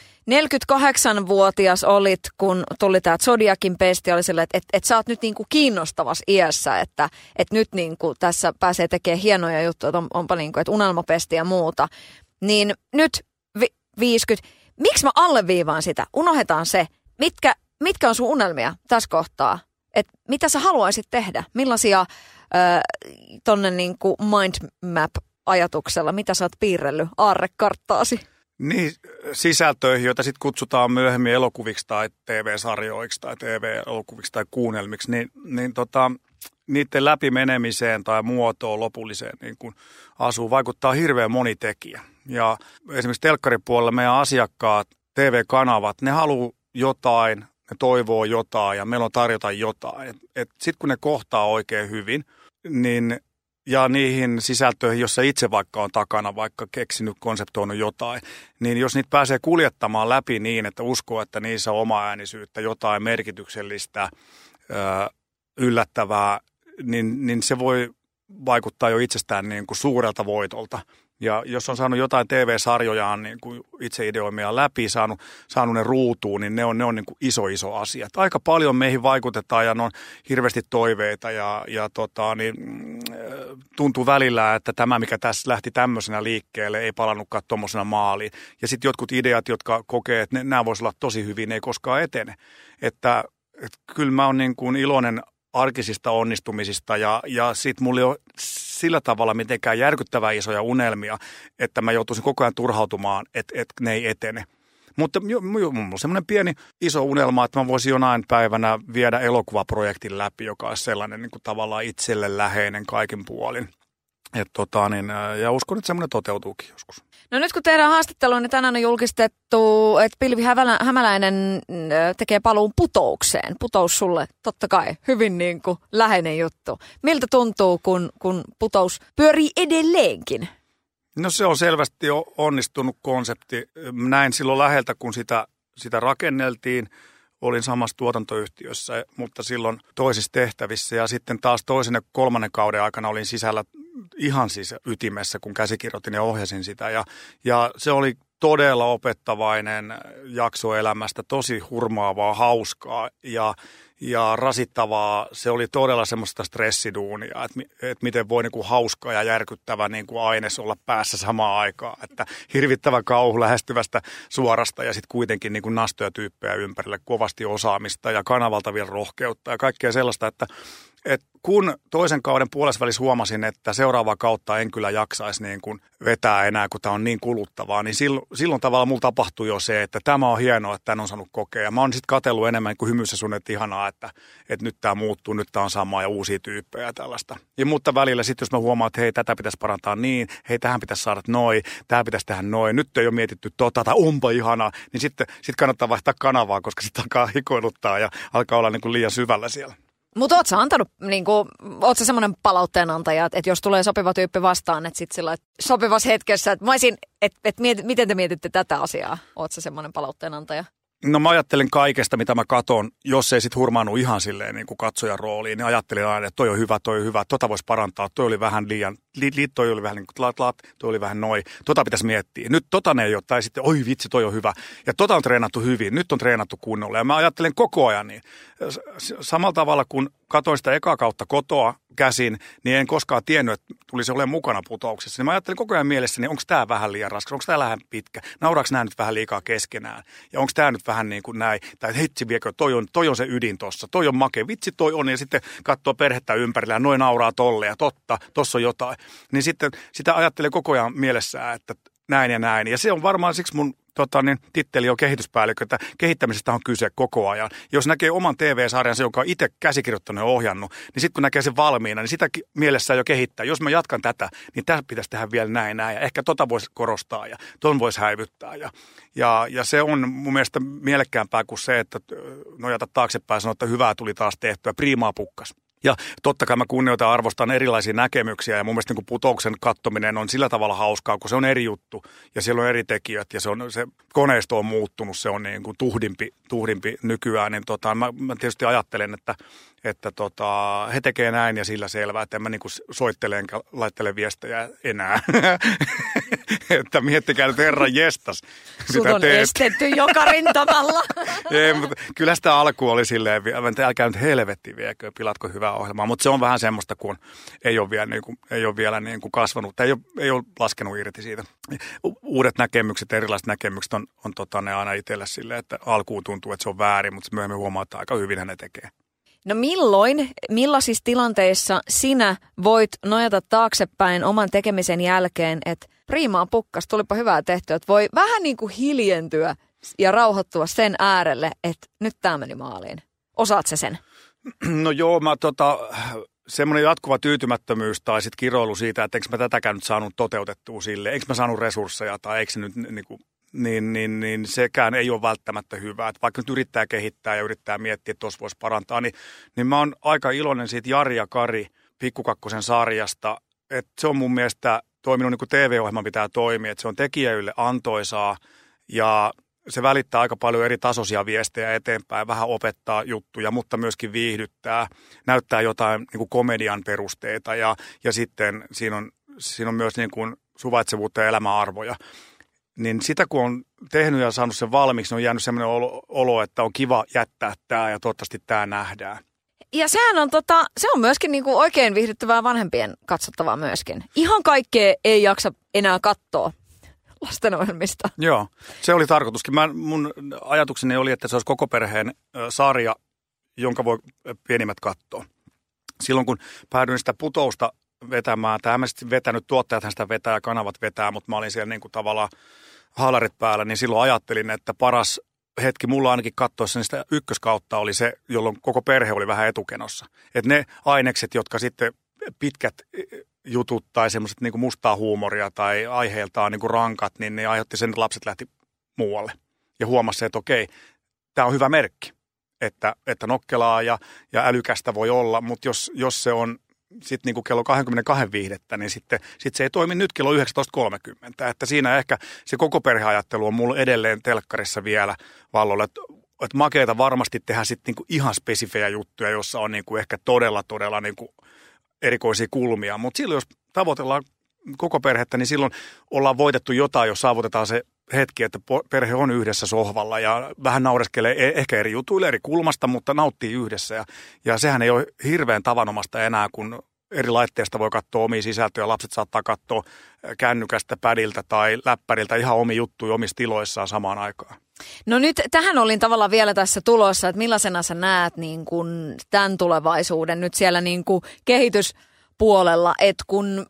neljäkymmentäkahdeksanvuotias olit, kun tuli tämä Zodiakin pesti, oli silleen, että et, et sä oot nyt niinku kiinnostavassa iässä, että et nyt niinku tässä pääsee tekemään hienoja juttuja, että on, onpa niinku, että unelmapesti ja muuta. Niin nyt vi- viisikymmentä, miksi mä alleviivaan sitä? Unohdetaan se, mitkä, mitkä on sun unelmia tässä kohtaa? Et mitä sä haluaisit tehdä? Millaisia äh, tonne niinku mindmap-ajatuksella, mitä sä oot piirrellyt aarrekarttaasi? Niin, sisältöihin, joita sitten kutsutaan myöhemmin elokuviksi tai T V-sarjoiksi tai T V-elokuviksi tai kuunnelmiksi, niin, niin tota, niiden läpimenemiseen tai muotoon lopulliseen niin kun asuu vaikuttaa hirveän moni tekijä. Ja esimerkiksi telkkaripuolella meidän asiakkaat, T V-kanavat, ne haluaa jotain, ne toivoo jotain ja meillä on tarjota jotain. Sitten kun ne kohtaa oikein hyvin, niin ja niihin sisältöihin, jossa itse vaikka on takana, vaikka keksinyt, konseptoinut jotain, niin jos niitä pääsee kuljettamaan läpi niin, että uskoo, että niissä on oma äänisyyttä, jotain merkityksellistä, yllättävää, niin, niin se voi vaikuttaa jo itsestään niin kuin suurelta voitolta. Ja jos on saanut jotain T V-sarjojaan niin kuin itse ideoimia läpi, saanut, saanut ne ruutuun, niin ne on, ne on niin kuin iso, iso asia. Että aika paljon meihin vaikutetaan ja ne on hirveästi toiveita ja, ja tota, niin, tuntuu välillä, että tämä, mikä tässä lähti tämmöisenä liikkeelle, ei palannutkaan tuommoisena maaliin. Ja sitten jotkut ideat, jotka kokee, että ne, nämä voisivat olla tosi hyvin, ne ei koskaan etene. Että, että kyllä mä oon niin kuin iloinen arkisista onnistumisista ja, ja sitten mulla ei ole sillä tavalla mitenkään järkyttävän isoja unelmia, että mä joutuisin koko ajan turhautumaan, että, että ne ei etene. Mutta mulla on semmoinen pieni iso unelma, että mä voisin jonain päivänä viedä elokuvaprojektin läpi, joka olisi sellainen niin kuin tavallaan itselle läheinen kaikin puolin. Et tota, niin, ja uskon, että semmoinen toteutuukin joskus. No nyt kun tehdään haastattelua, niin tänään on julkistettu, että Pilvi Hämäläinen tekee paluun Putoukseen. Putous sulle totta kai hyvin niin kuin läheinen juttu. Miltä tuntuu, kun, kun Putous pyörii edelleenkin? No se on selvästi jo onnistunut konsepti. Näin silloin läheltä, kun sitä, sitä rakenneltiin. Olin samassa tuotantoyhtiössä, mutta silloin toisissa tehtävissä ja sitten taas toisen ja kolmannen kauden aikana olin sisällä ihan siis ytimessä, kun käsikirjoitin ja ohjasin sitä. Ja, ja se oli todella opettavainen jakso elämästä, tosi hurmaavaa, hauskaa ja, ja rasittavaa. Se oli todella semmoista stressiduunia, että, että miten voi niin kuin hauska ja järkyttävä niin kuin aines olla päässä samaan aikaan. Että hirvittävä kauhu lähestyvästä suorasta ja sitten kuitenkin niin kuin nastoja tyyppejä ympärille, kovasti osaamista ja kanavalta vielä rohkeutta ja kaikkea sellaista, että Et kun toisen kauden puolesvälissä huomasin, että seuraavaa kautta en kyllä jaksaisi niin kuin vetää enää, kun tämä on niin kuluttavaa, niin silloin, silloin tavalla mulla tapahtui jo se, että tämä on hienoa, että tämän on saanut kokea. Ja mä oon sitten katsellut enemmän kuin hymyssä sun, että ihanaa, että, että nyt tämä muuttuu, nyt tämä on samaa ja uusia tyyppejä ja tällaista. Ja mutta välillä sitten, jos mä huomaan, että hei, tätä pitäisi parantaa niin, hei, tähän pitäisi saada noin, tämä pitäisi tehdä noin, nyt ei ole mietitty tota tai onpa ihanaa, niin sitten sit kannattaa vaihtaa kanavaa, koska sitten alkaa hikoiluttaa ja alkaa olla niin kuin liian syvällä siellä. Mutta oot sä antanut, niinku, oot sä semmoinen palautteenantaja, että jos tulee sopiva tyyppi vastaan, että sit sillä sopivassa hetkessä, että mä olisin, että et miet, miten te mietitte tätä asiaa? Oot sä semmoinen palautteenantaja? No mä ajattelen kaikesta, mitä mä katon, jos ei sit hurmaannut ihan silleen niin kuin katsojan rooliin, niin ajattelin aina, että toi on hyvä, toi on hyvä, tota voisi parantaa, toi oli vähän liian, li, li, toi oli vähän niin kuin lat, lat, toi oli vähän noi, tota pitäisi miettiä. Nyt tota ne ei ole, tai sitten oi vitsi, toi on hyvä, ja tota on treenattu hyvin, nyt on treenattu kunnolla, ja mä ajattelen koko ajan niin. Samalla tavalla kun katoin sitä ekaa kautta kotoa käsin, niin en koskaan tiennyt, että tulisi olemaan mukana putouksessa. Niin mä ajattelin koko ajan mielessäni, onko tämä vähän liian raskas, onko tämä vähän pitkä, nauraako nämä nyt vähän liikaa keskenään, ja onko tämä nyt vähän niin kuin näin, tai hitsi viekö, toi on, toi on se ydin tossa, toi on makea, vitsi toi on, ja sitten katsoo perhettä ympärillä, ja noin nauraa tolle, ja totta, tossa on jotain. Niin sitten sitä ajattelee koko ajan mielessään, että näin ja näin, ja se on varmaan siksi mun Tota, niin, titteli on kehityspäällikkö, että kehittämisestä on kyse koko ajan. Jos näkee oman T V-sarjansa, joka on itse käsikirjoittanut ja ohjannut, niin sitten kun näkee sen valmiina, niin sitä mielessään jo kehittää. Jos mä jatkan tätä, niin tämä pitäisi tehdä vielä näin näin. Ja ehkä tota voisi korostaa ja ton voisi häivyttää. Ja, ja, ja se on mun mielestä mielekkäämpää kuin se, että nojata taaksepäin ja sanoa, että hyvää tuli taas tehtyä, priimaa pukkas. Ja totta kai mä kunnioitan ja arvostan erilaisia näkemyksiä ja mun mielestä niin kuin putouksen kattominen on sillä tavalla hauskaa, kun se on eri juttu ja siellä on eri tekijät ja se, on, se koneisto on muuttunut, se on niin kuin tuhdimpi, tuhdimpi nykyään. Niin tota, mä, mä tietysti ajattelen, että, että tota, he tekee näin ja sillä selvää, että en mä niin kuin soittele enkä laittele viestejä enää. Että miettikää nyt herran jestas. Sut on teet. Estetty joka rintamalla. Ei, mutta kyllä sitä alku oli silleen, että älkää nyt helvetti viekö, pilatko hyvää ohjelmaa. Mutta se on vähän semmoista, kun ei ole vielä, niin kuin, ei ole vielä niin kuin kasvanut, ei ole, ei ole laskenut irti siitä. Uudet näkemykset, erilaiset näkemykset on, on tota, ne aina itselle silleen, että alkuun tuntuu, että se on väärin, mutta myöhemmin huomaa, että aika hyvin ne tekee. No milloin, millaisissa tilanteissa sinä voit nojata taaksepäin oman tekemisen jälkeen, että priimaa pukkas, tulipa hyvää tehtyä, että voi vähän niin kuin hiljentyä ja rauhoittua sen äärelle, että nyt tämä meni maaliin. Osaat sä sen? No joo, mä tota, semmoinen jatkuva tyytymättömyys tai sitten kiroilu siitä, että eikö mä tätäkään nyt saanut toteutettua sille, eikö mä saanut resursseja tai eikö se nyt niin kuin Niin, niin, niin sekään ei ole välttämättä hyvä. Että vaikka nyt yrittää kehittää ja yrittää miettiä, että tuossa voisi parantaa, niin, niin mä oon aika iloinen siitä Jari ja Kari Pikkukakkosen sarjasta. Että se on mun mielestä toiminut niin kuin T V-ohjelman pitää toimia, että se on tekijöille antoisaa ja se välittää aika paljon eri tasoisia viestejä eteenpäin, vähän opettaa juttuja, mutta myöskin viihdyttää, näyttää jotain niin kuin komedian perusteita ja, ja sitten siinä on, siinä on myös niin kuin suvaitsevuutta ja elämäarvoja. Niin sitä kun on tehnyt ja saanut sen valmiiksi, niin on jäänyt sellainen olo, olo, että on kiva jättää tämä ja toivottavasti tämä nähdään. Ja sehän on, tota, se on myöskin niinku oikein viihdyttävää vanhempien katsottavaa myöskin. Ihan kaikkea ei jaksa enää katsoa lastenohjelmista. Joo, se oli tarkoituskin. Mä, mun ajatukseni oli, että se olisi koko perheen äh, sarja, jonka voi pienimmät katsoa. Silloin kun päädyin sitä putousta vetämään, tämä mä sitten vetänyt, tuottajathan sitä vetää ja kanavat vetää, mutta mä olin siellä niin kuin tavallaan haalarit päällä, niin silloin ajattelin, että paras hetki mulla ainakin katsoessa sitä ykköskautta oli se, jolloin koko perhe oli vähän etukenossa. Että ne ainekset, jotka sitten pitkät jutut tai semmoiset niin kuin mustaa huumoria tai aiheeltaan niin kuin rankat, niin ne aiheutti sen, että lapset lähti muualle. Ja huomasi, että okei, tämä on hyvä merkki, että, että nokkelaa ja, ja älykästä voi olla, mutta jos, jos se on sitten niinku kello kaksikymmentäkaksi viihdettä, niin sitten sit se ei toimi nyt kello yhdeksäntoista kolmekymmentä. Että siinä ehkä se koko perheajattelu on mulla edelleen telkkarissa vielä vallolla. Että et makeita varmasti tehdä sitten niinku ihan spesifejä juttuja, jossa on niinku ehkä todella, todella niinku erikoisia kulmia. Mutta silloin, jos tavoitellaan koko perhettä, niin silloin ollaan voitettu jotain, jos saavutetaan se hetki, että perhe on yhdessä sohvalla ja vähän naureskelee ehkä eri jutuille, eri kulmasta, mutta nauttii yhdessä. Ja, ja sehän ei ole hirveän tavanomasta enää, kun eri laitteista voi katsoa omia sisältöjä. Lapset saattaa katsoa kännykästä, pädiltä tai läppäriltä ihan omi juttuja omissa tiloissaan samaan aikaan. No nyt tähän olin tavallaan vielä tässä tulossa, että millaisena sä näet niin kuin tämän tulevaisuuden nyt siellä niin kuin kehityspuolella, että kun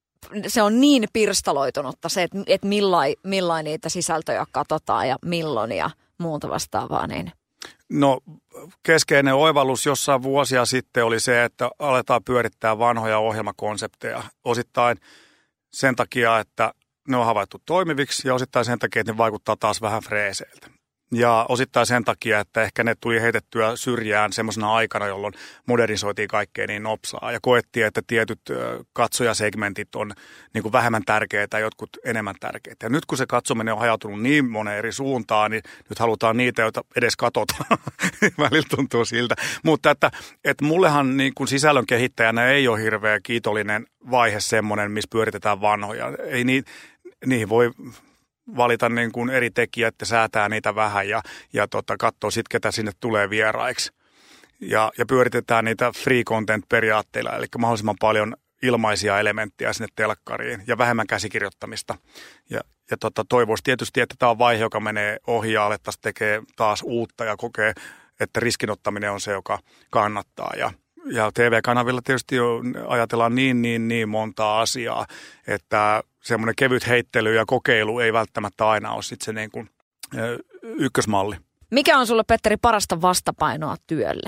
se on niin pirstaloitunutta se, että, että millain, millain niitä sisältöjä katsotaan ja milloin ja muuta vastaavaa. Niin. No keskeinen oivallus jossain vuosia sitten oli se, että aletaan pyörittää vanhoja ohjelmakonsepteja osittain sen takia, että ne on havaittu toimiviksi ja osittain sen takia, että ne vaikuttaa taas vähän freeseiltä. Ja osittain sen takia, että ehkä ne tuli heitettyä syrjään semmoisena aikana, jolloin modernisoitiin kaikkea niin nopsaa. Ja koettiin, että tietyt katsojasegmentit on niin kuin vähemmän tärkeitä ja jotkut enemmän tärkeitä. Ja nyt kun se katsominen on hajautunut niin moneen eri suuntaan, niin nyt halutaan niitä, joita edes katsotaan. Välillä tuntuu siltä. Mutta että, että mullehan niin kuin sisällön kehittäjänä ei ole hirveän kiitollinen vaihe semmoinen, missä pyöritetään vanhoja. Ei ni, niihin voi valita niin kuin eri tekijät ja säätää niitä vähän ja, ja tota, katsoo sitten, ketä sinne tulee vieraiksi. Ja, ja pyöritetään niitä free content periaatteilla, eli mahdollisimman paljon ilmaisia elementtejä sinne telkkariin ja vähemmän käsikirjoittamista. Ja, ja tota, toivoisi tietysti, että tämä on vaihe, joka menee ohi ja alettaisiin tekee taas uutta ja kokee, että riskinottaminen on se, joka kannattaa. Ja, ja T V-kanavilla tietysti jo ajatellaan niin, niin, niin montaa asiaa, että semmoinen kevyt heittely ja kokeilu ei välttämättä aina ole sitten se niin kuin ykkösmalli. Mikä on sulle, Petteri, parasta vastapainoa työlle?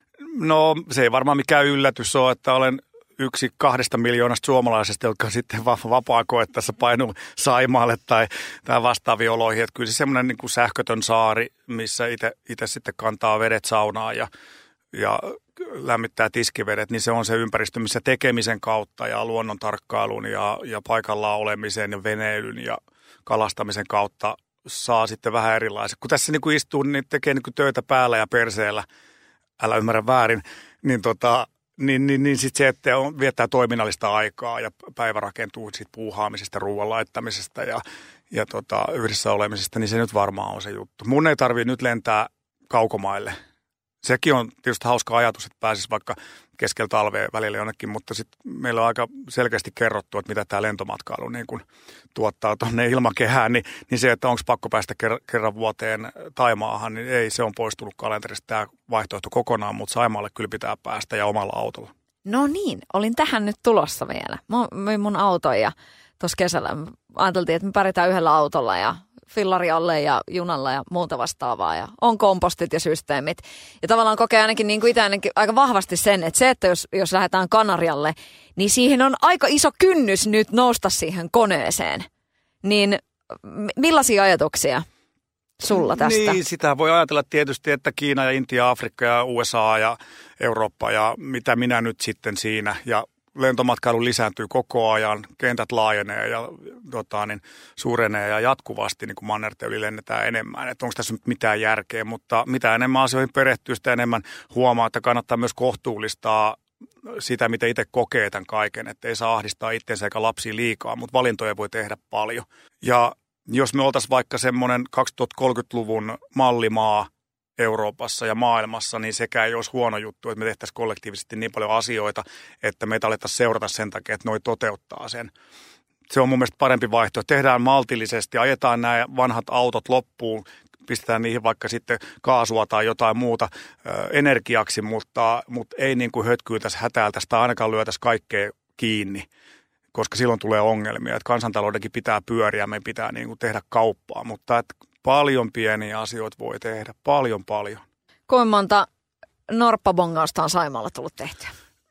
No se ei varmaan mikään yllätys ole, että olen yksi kahdesta miljoonasta suomalaisesta, jotka sitten vapaa-koettaessa painuu Saimaalle tai, tai vastaaviin oloihin. Että kyllä se semmoinen niin kuin sähkötön saari, missä itse sitten kantaa vedet saunaan ja, ja lämmittää tiskivedet, niin se on se ympäristö, missä tekemisen kautta ja luonnon tarkkailun ja, ja paikallaan olemisen ja veneilyn ja kalastamisen kautta saa sitten vähän erilaisia. Kun tässä niin kuin istuu, niin tekee niin kuin töitä päällä ja perseellä, älä ymmärrä väärin, niin, tota, niin, niin, niin sitten se, että on, viettää toiminnallista aikaa ja päivä rakentuu siitä puuhaamisesta, ruoan laittamisesta ja, ja tota, yhdessä olemisesta, niin se nyt varmaan on se juttu. Mun ei tarvitse nyt lentää kaukomaille. Sekin on tietysti hauska ajatus, että pääsisi vaikka keskellä talvea välillä jonnekin, mutta sitten meillä on aika selkeästi kerrottu, että mitä tämä lentomatkailu niin kun tuottaa tuonne ilmakehään, niin, niin se, että onko pakko päästä ker- kerran vuoteen Taimaahan, niin ei, se on poistunut kalenterista tämä vaihtoehto kokonaan, mutta Saimaalle kyllä pitää päästä ja omalla autolla. No niin, olin tähän nyt tulossa vielä. Mä myin mun auton ja tuossa kesällä ajateltiin, että me pärjätään yhdellä autolla ja fillari alle ja junalla ja muuta vastaavaa ja on kompostit ja systeemit. Ja tavallaan kokee ainakin niin kuin itse ainakin aika vahvasti sen, että se, että jos, jos lähdetään Kanarialle, niin siihen on aika iso kynnys nyt nousta siihen koneeseen. Niin millaisia ajatuksia sulla tästä? Niin, sitä voi ajatella tietysti, että Kiina ja Intia, Afrikka ja U S A ja Eurooppa ja mitä minä nyt sitten siinä ja lentomatkailu lisääntyy koko ajan, kentät laajenee ja tota, niin, suurenee ja jatkuvasti niin kuin mannerten yli lennetään enemmän. Että onko tässä nyt mitään järkeä, mutta mitä enemmän asioihin perehtyy, sitä enemmän huomaa, että kannattaa myös kohtuullistaa sitä, mitä itse kokee tämän kaiken. Että ei saa ahdistaa itsensä eikä lapsia liikaa, mutta valintoja voi tehdä paljon. Ja jos me oltaisiin vaikka semmoinen kaksituhattakolmekymmentäluvun mallimaa Euroopassa ja maailmassa, niin sekä ei olisi huono juttu, että me tehtäisiin kollektiivisesti niin paljon asioita, että meitä alettaisiin seurata sen takia, että noi toteuttaa sen. Se on mun mielestä parempi vaihtoehto. Tehdään maltillisesti, ajetaan nämä vanhat autot loppuun, pistetään niihin vaikka sitten kaasua tai jotain muuta ö, energiaksi, mutta, mutta ei niin kuin hötkyytäisi, hätäiltäisi tai ainakaan lyötäisi kaikkea kiinni, koska silloin tulee ongelmia. Että kansantaloudenkin pitää pyöriä, meidän pitää niin kuin tehdä kauppaa, mutta että paljon pieniä asioita voi tehdä, paljon paljon. Kuinka monta norppabongausta on Saimaalla tullut tehtyä?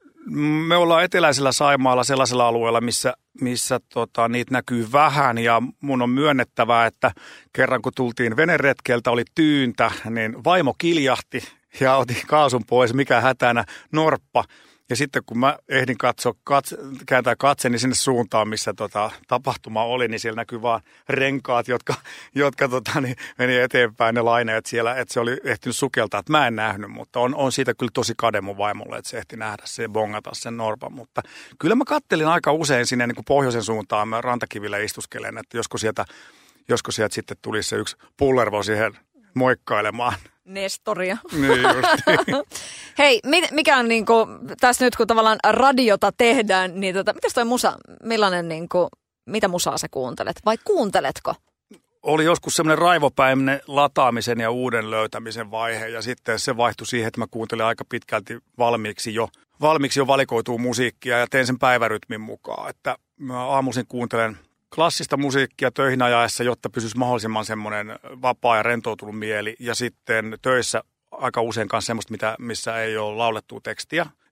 Me ollaan eteläisellä Saimaalla sellaisella alueella, missä, missä tota, niitä näkyy vähän ja mun on myönnettävää, että kerran kun tultiin veneretkeltä, oli tyyntä, niin vaimo kiljahti ja otin kaasun pois, mikä hätänä, norppa. Ja sitten kun mä ehdin katsoa, katse, kääntää katseni sinne suuntaan, missä tota, tapahtuma oli, niin siellä näkyy vaan renkaat, jotka, jotka tota, niin meni eteenpäin ne laineet siellä, että se oli ehtinyt sukeltaa. Että mä en nähnyt, mutta on, on siitä kyllä tosi kade mun vaimolle, että se ehti nähdä se ja bongata sen norpan. Mutta kyllä mä kattelin aika usein sinne niin kuin pohjoisen suuntaan, mä rantakivillä istuskelen, että josko sieltä, josko sieltä sitten tulisi se yksi pullervo siihen moikkailemaan. Nestoria. Niin just. Hei, mikä on niinku, tässä nyt kun tavallaan radiota tehdään, niin tota, mitäs toi musa, millainen niinku, mitä musaa sä kuuntelet vai kuunteletko? Oli joskus semmoinen raivopäinen lataamisen ja uuden löytämisen vaihe ja sitten se vaihtui siihen, että mä kuuntelin aika pitkälti valmiiksi jo, valmiiksi jo valikoituu musiikkia ja teen sen päivärytmin mukaan, että mä aamuisin kuuntelen klassista musiikkia töihin ajaessa, jotta pysyisi mahdollisimman semmoinen vapaa ja rentoutunut mieli. Ja sitten töissä aika usein kanssa semmoista, mitä, missä ei ole laulettua tekstiä.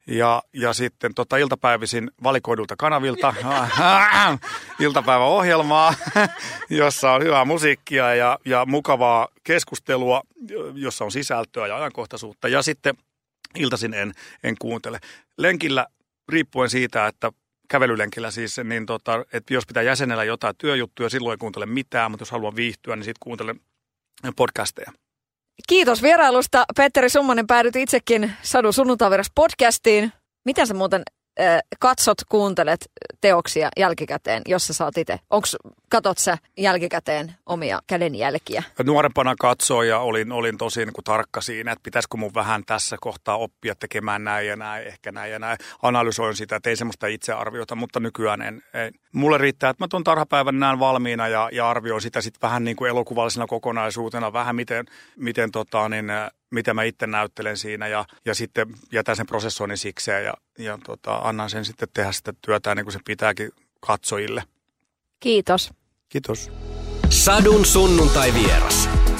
Ja, ja sitten tota, iltapäivisin valikoidulta kanavilta iltapäiväohjelmaa, jossa on hyvää musiikkia ja, ja mukavaa keskustelua, jossa on sisältöä ja ajankohtaisuutta. Ja sitten iltaisin en, en kuuntele. Lenkillä riippuen siitä, että kävelylenkillä siis, niin tota, että jos pitää jäsenellä jotain työjuttuja, silloin ei kuuntele mitään, mutta jos haluan viihtyä, niin sitten kuuntelen podcasteja. Kiitos vierailusta, Petteri Summanen. Päädyt itsekin Sadun sunnuntaivieraksi podcastiin. Miten sä muuten äh, katsot, kuuntelet teoksia jälkikäteen, jos sä saat itse? Onks, katot sä jälkikäteen omia kädenjälkiä? Nuorempana katsoin ja olin, olin tosi niin kuin tarkka siinä, että pitäisikö mun vähän tässä kohtaa oppia tekemään näin ja näin, ehkä näin ja näin. Analysoin sitä, että ei semmoista itsearviota, mutta nykyään en. Ei. Mulle riittää, että mä tuon tarhapäivän näen valmiina ja, ja arvioin sitä sitten vähän niin kuin elokuvallisena kokonaisuutena, vähän miten, miten, tota, niin, miten mä itse näyttelen siinä ja, ja sitten jätän sen prosessoinnin sikseen ja, ja tota, annan sen sitten tehdä sitä työtä niin kuin se pitääkin katsojille. Kiitos. Kiitos. Sadun sunnuntai vieras.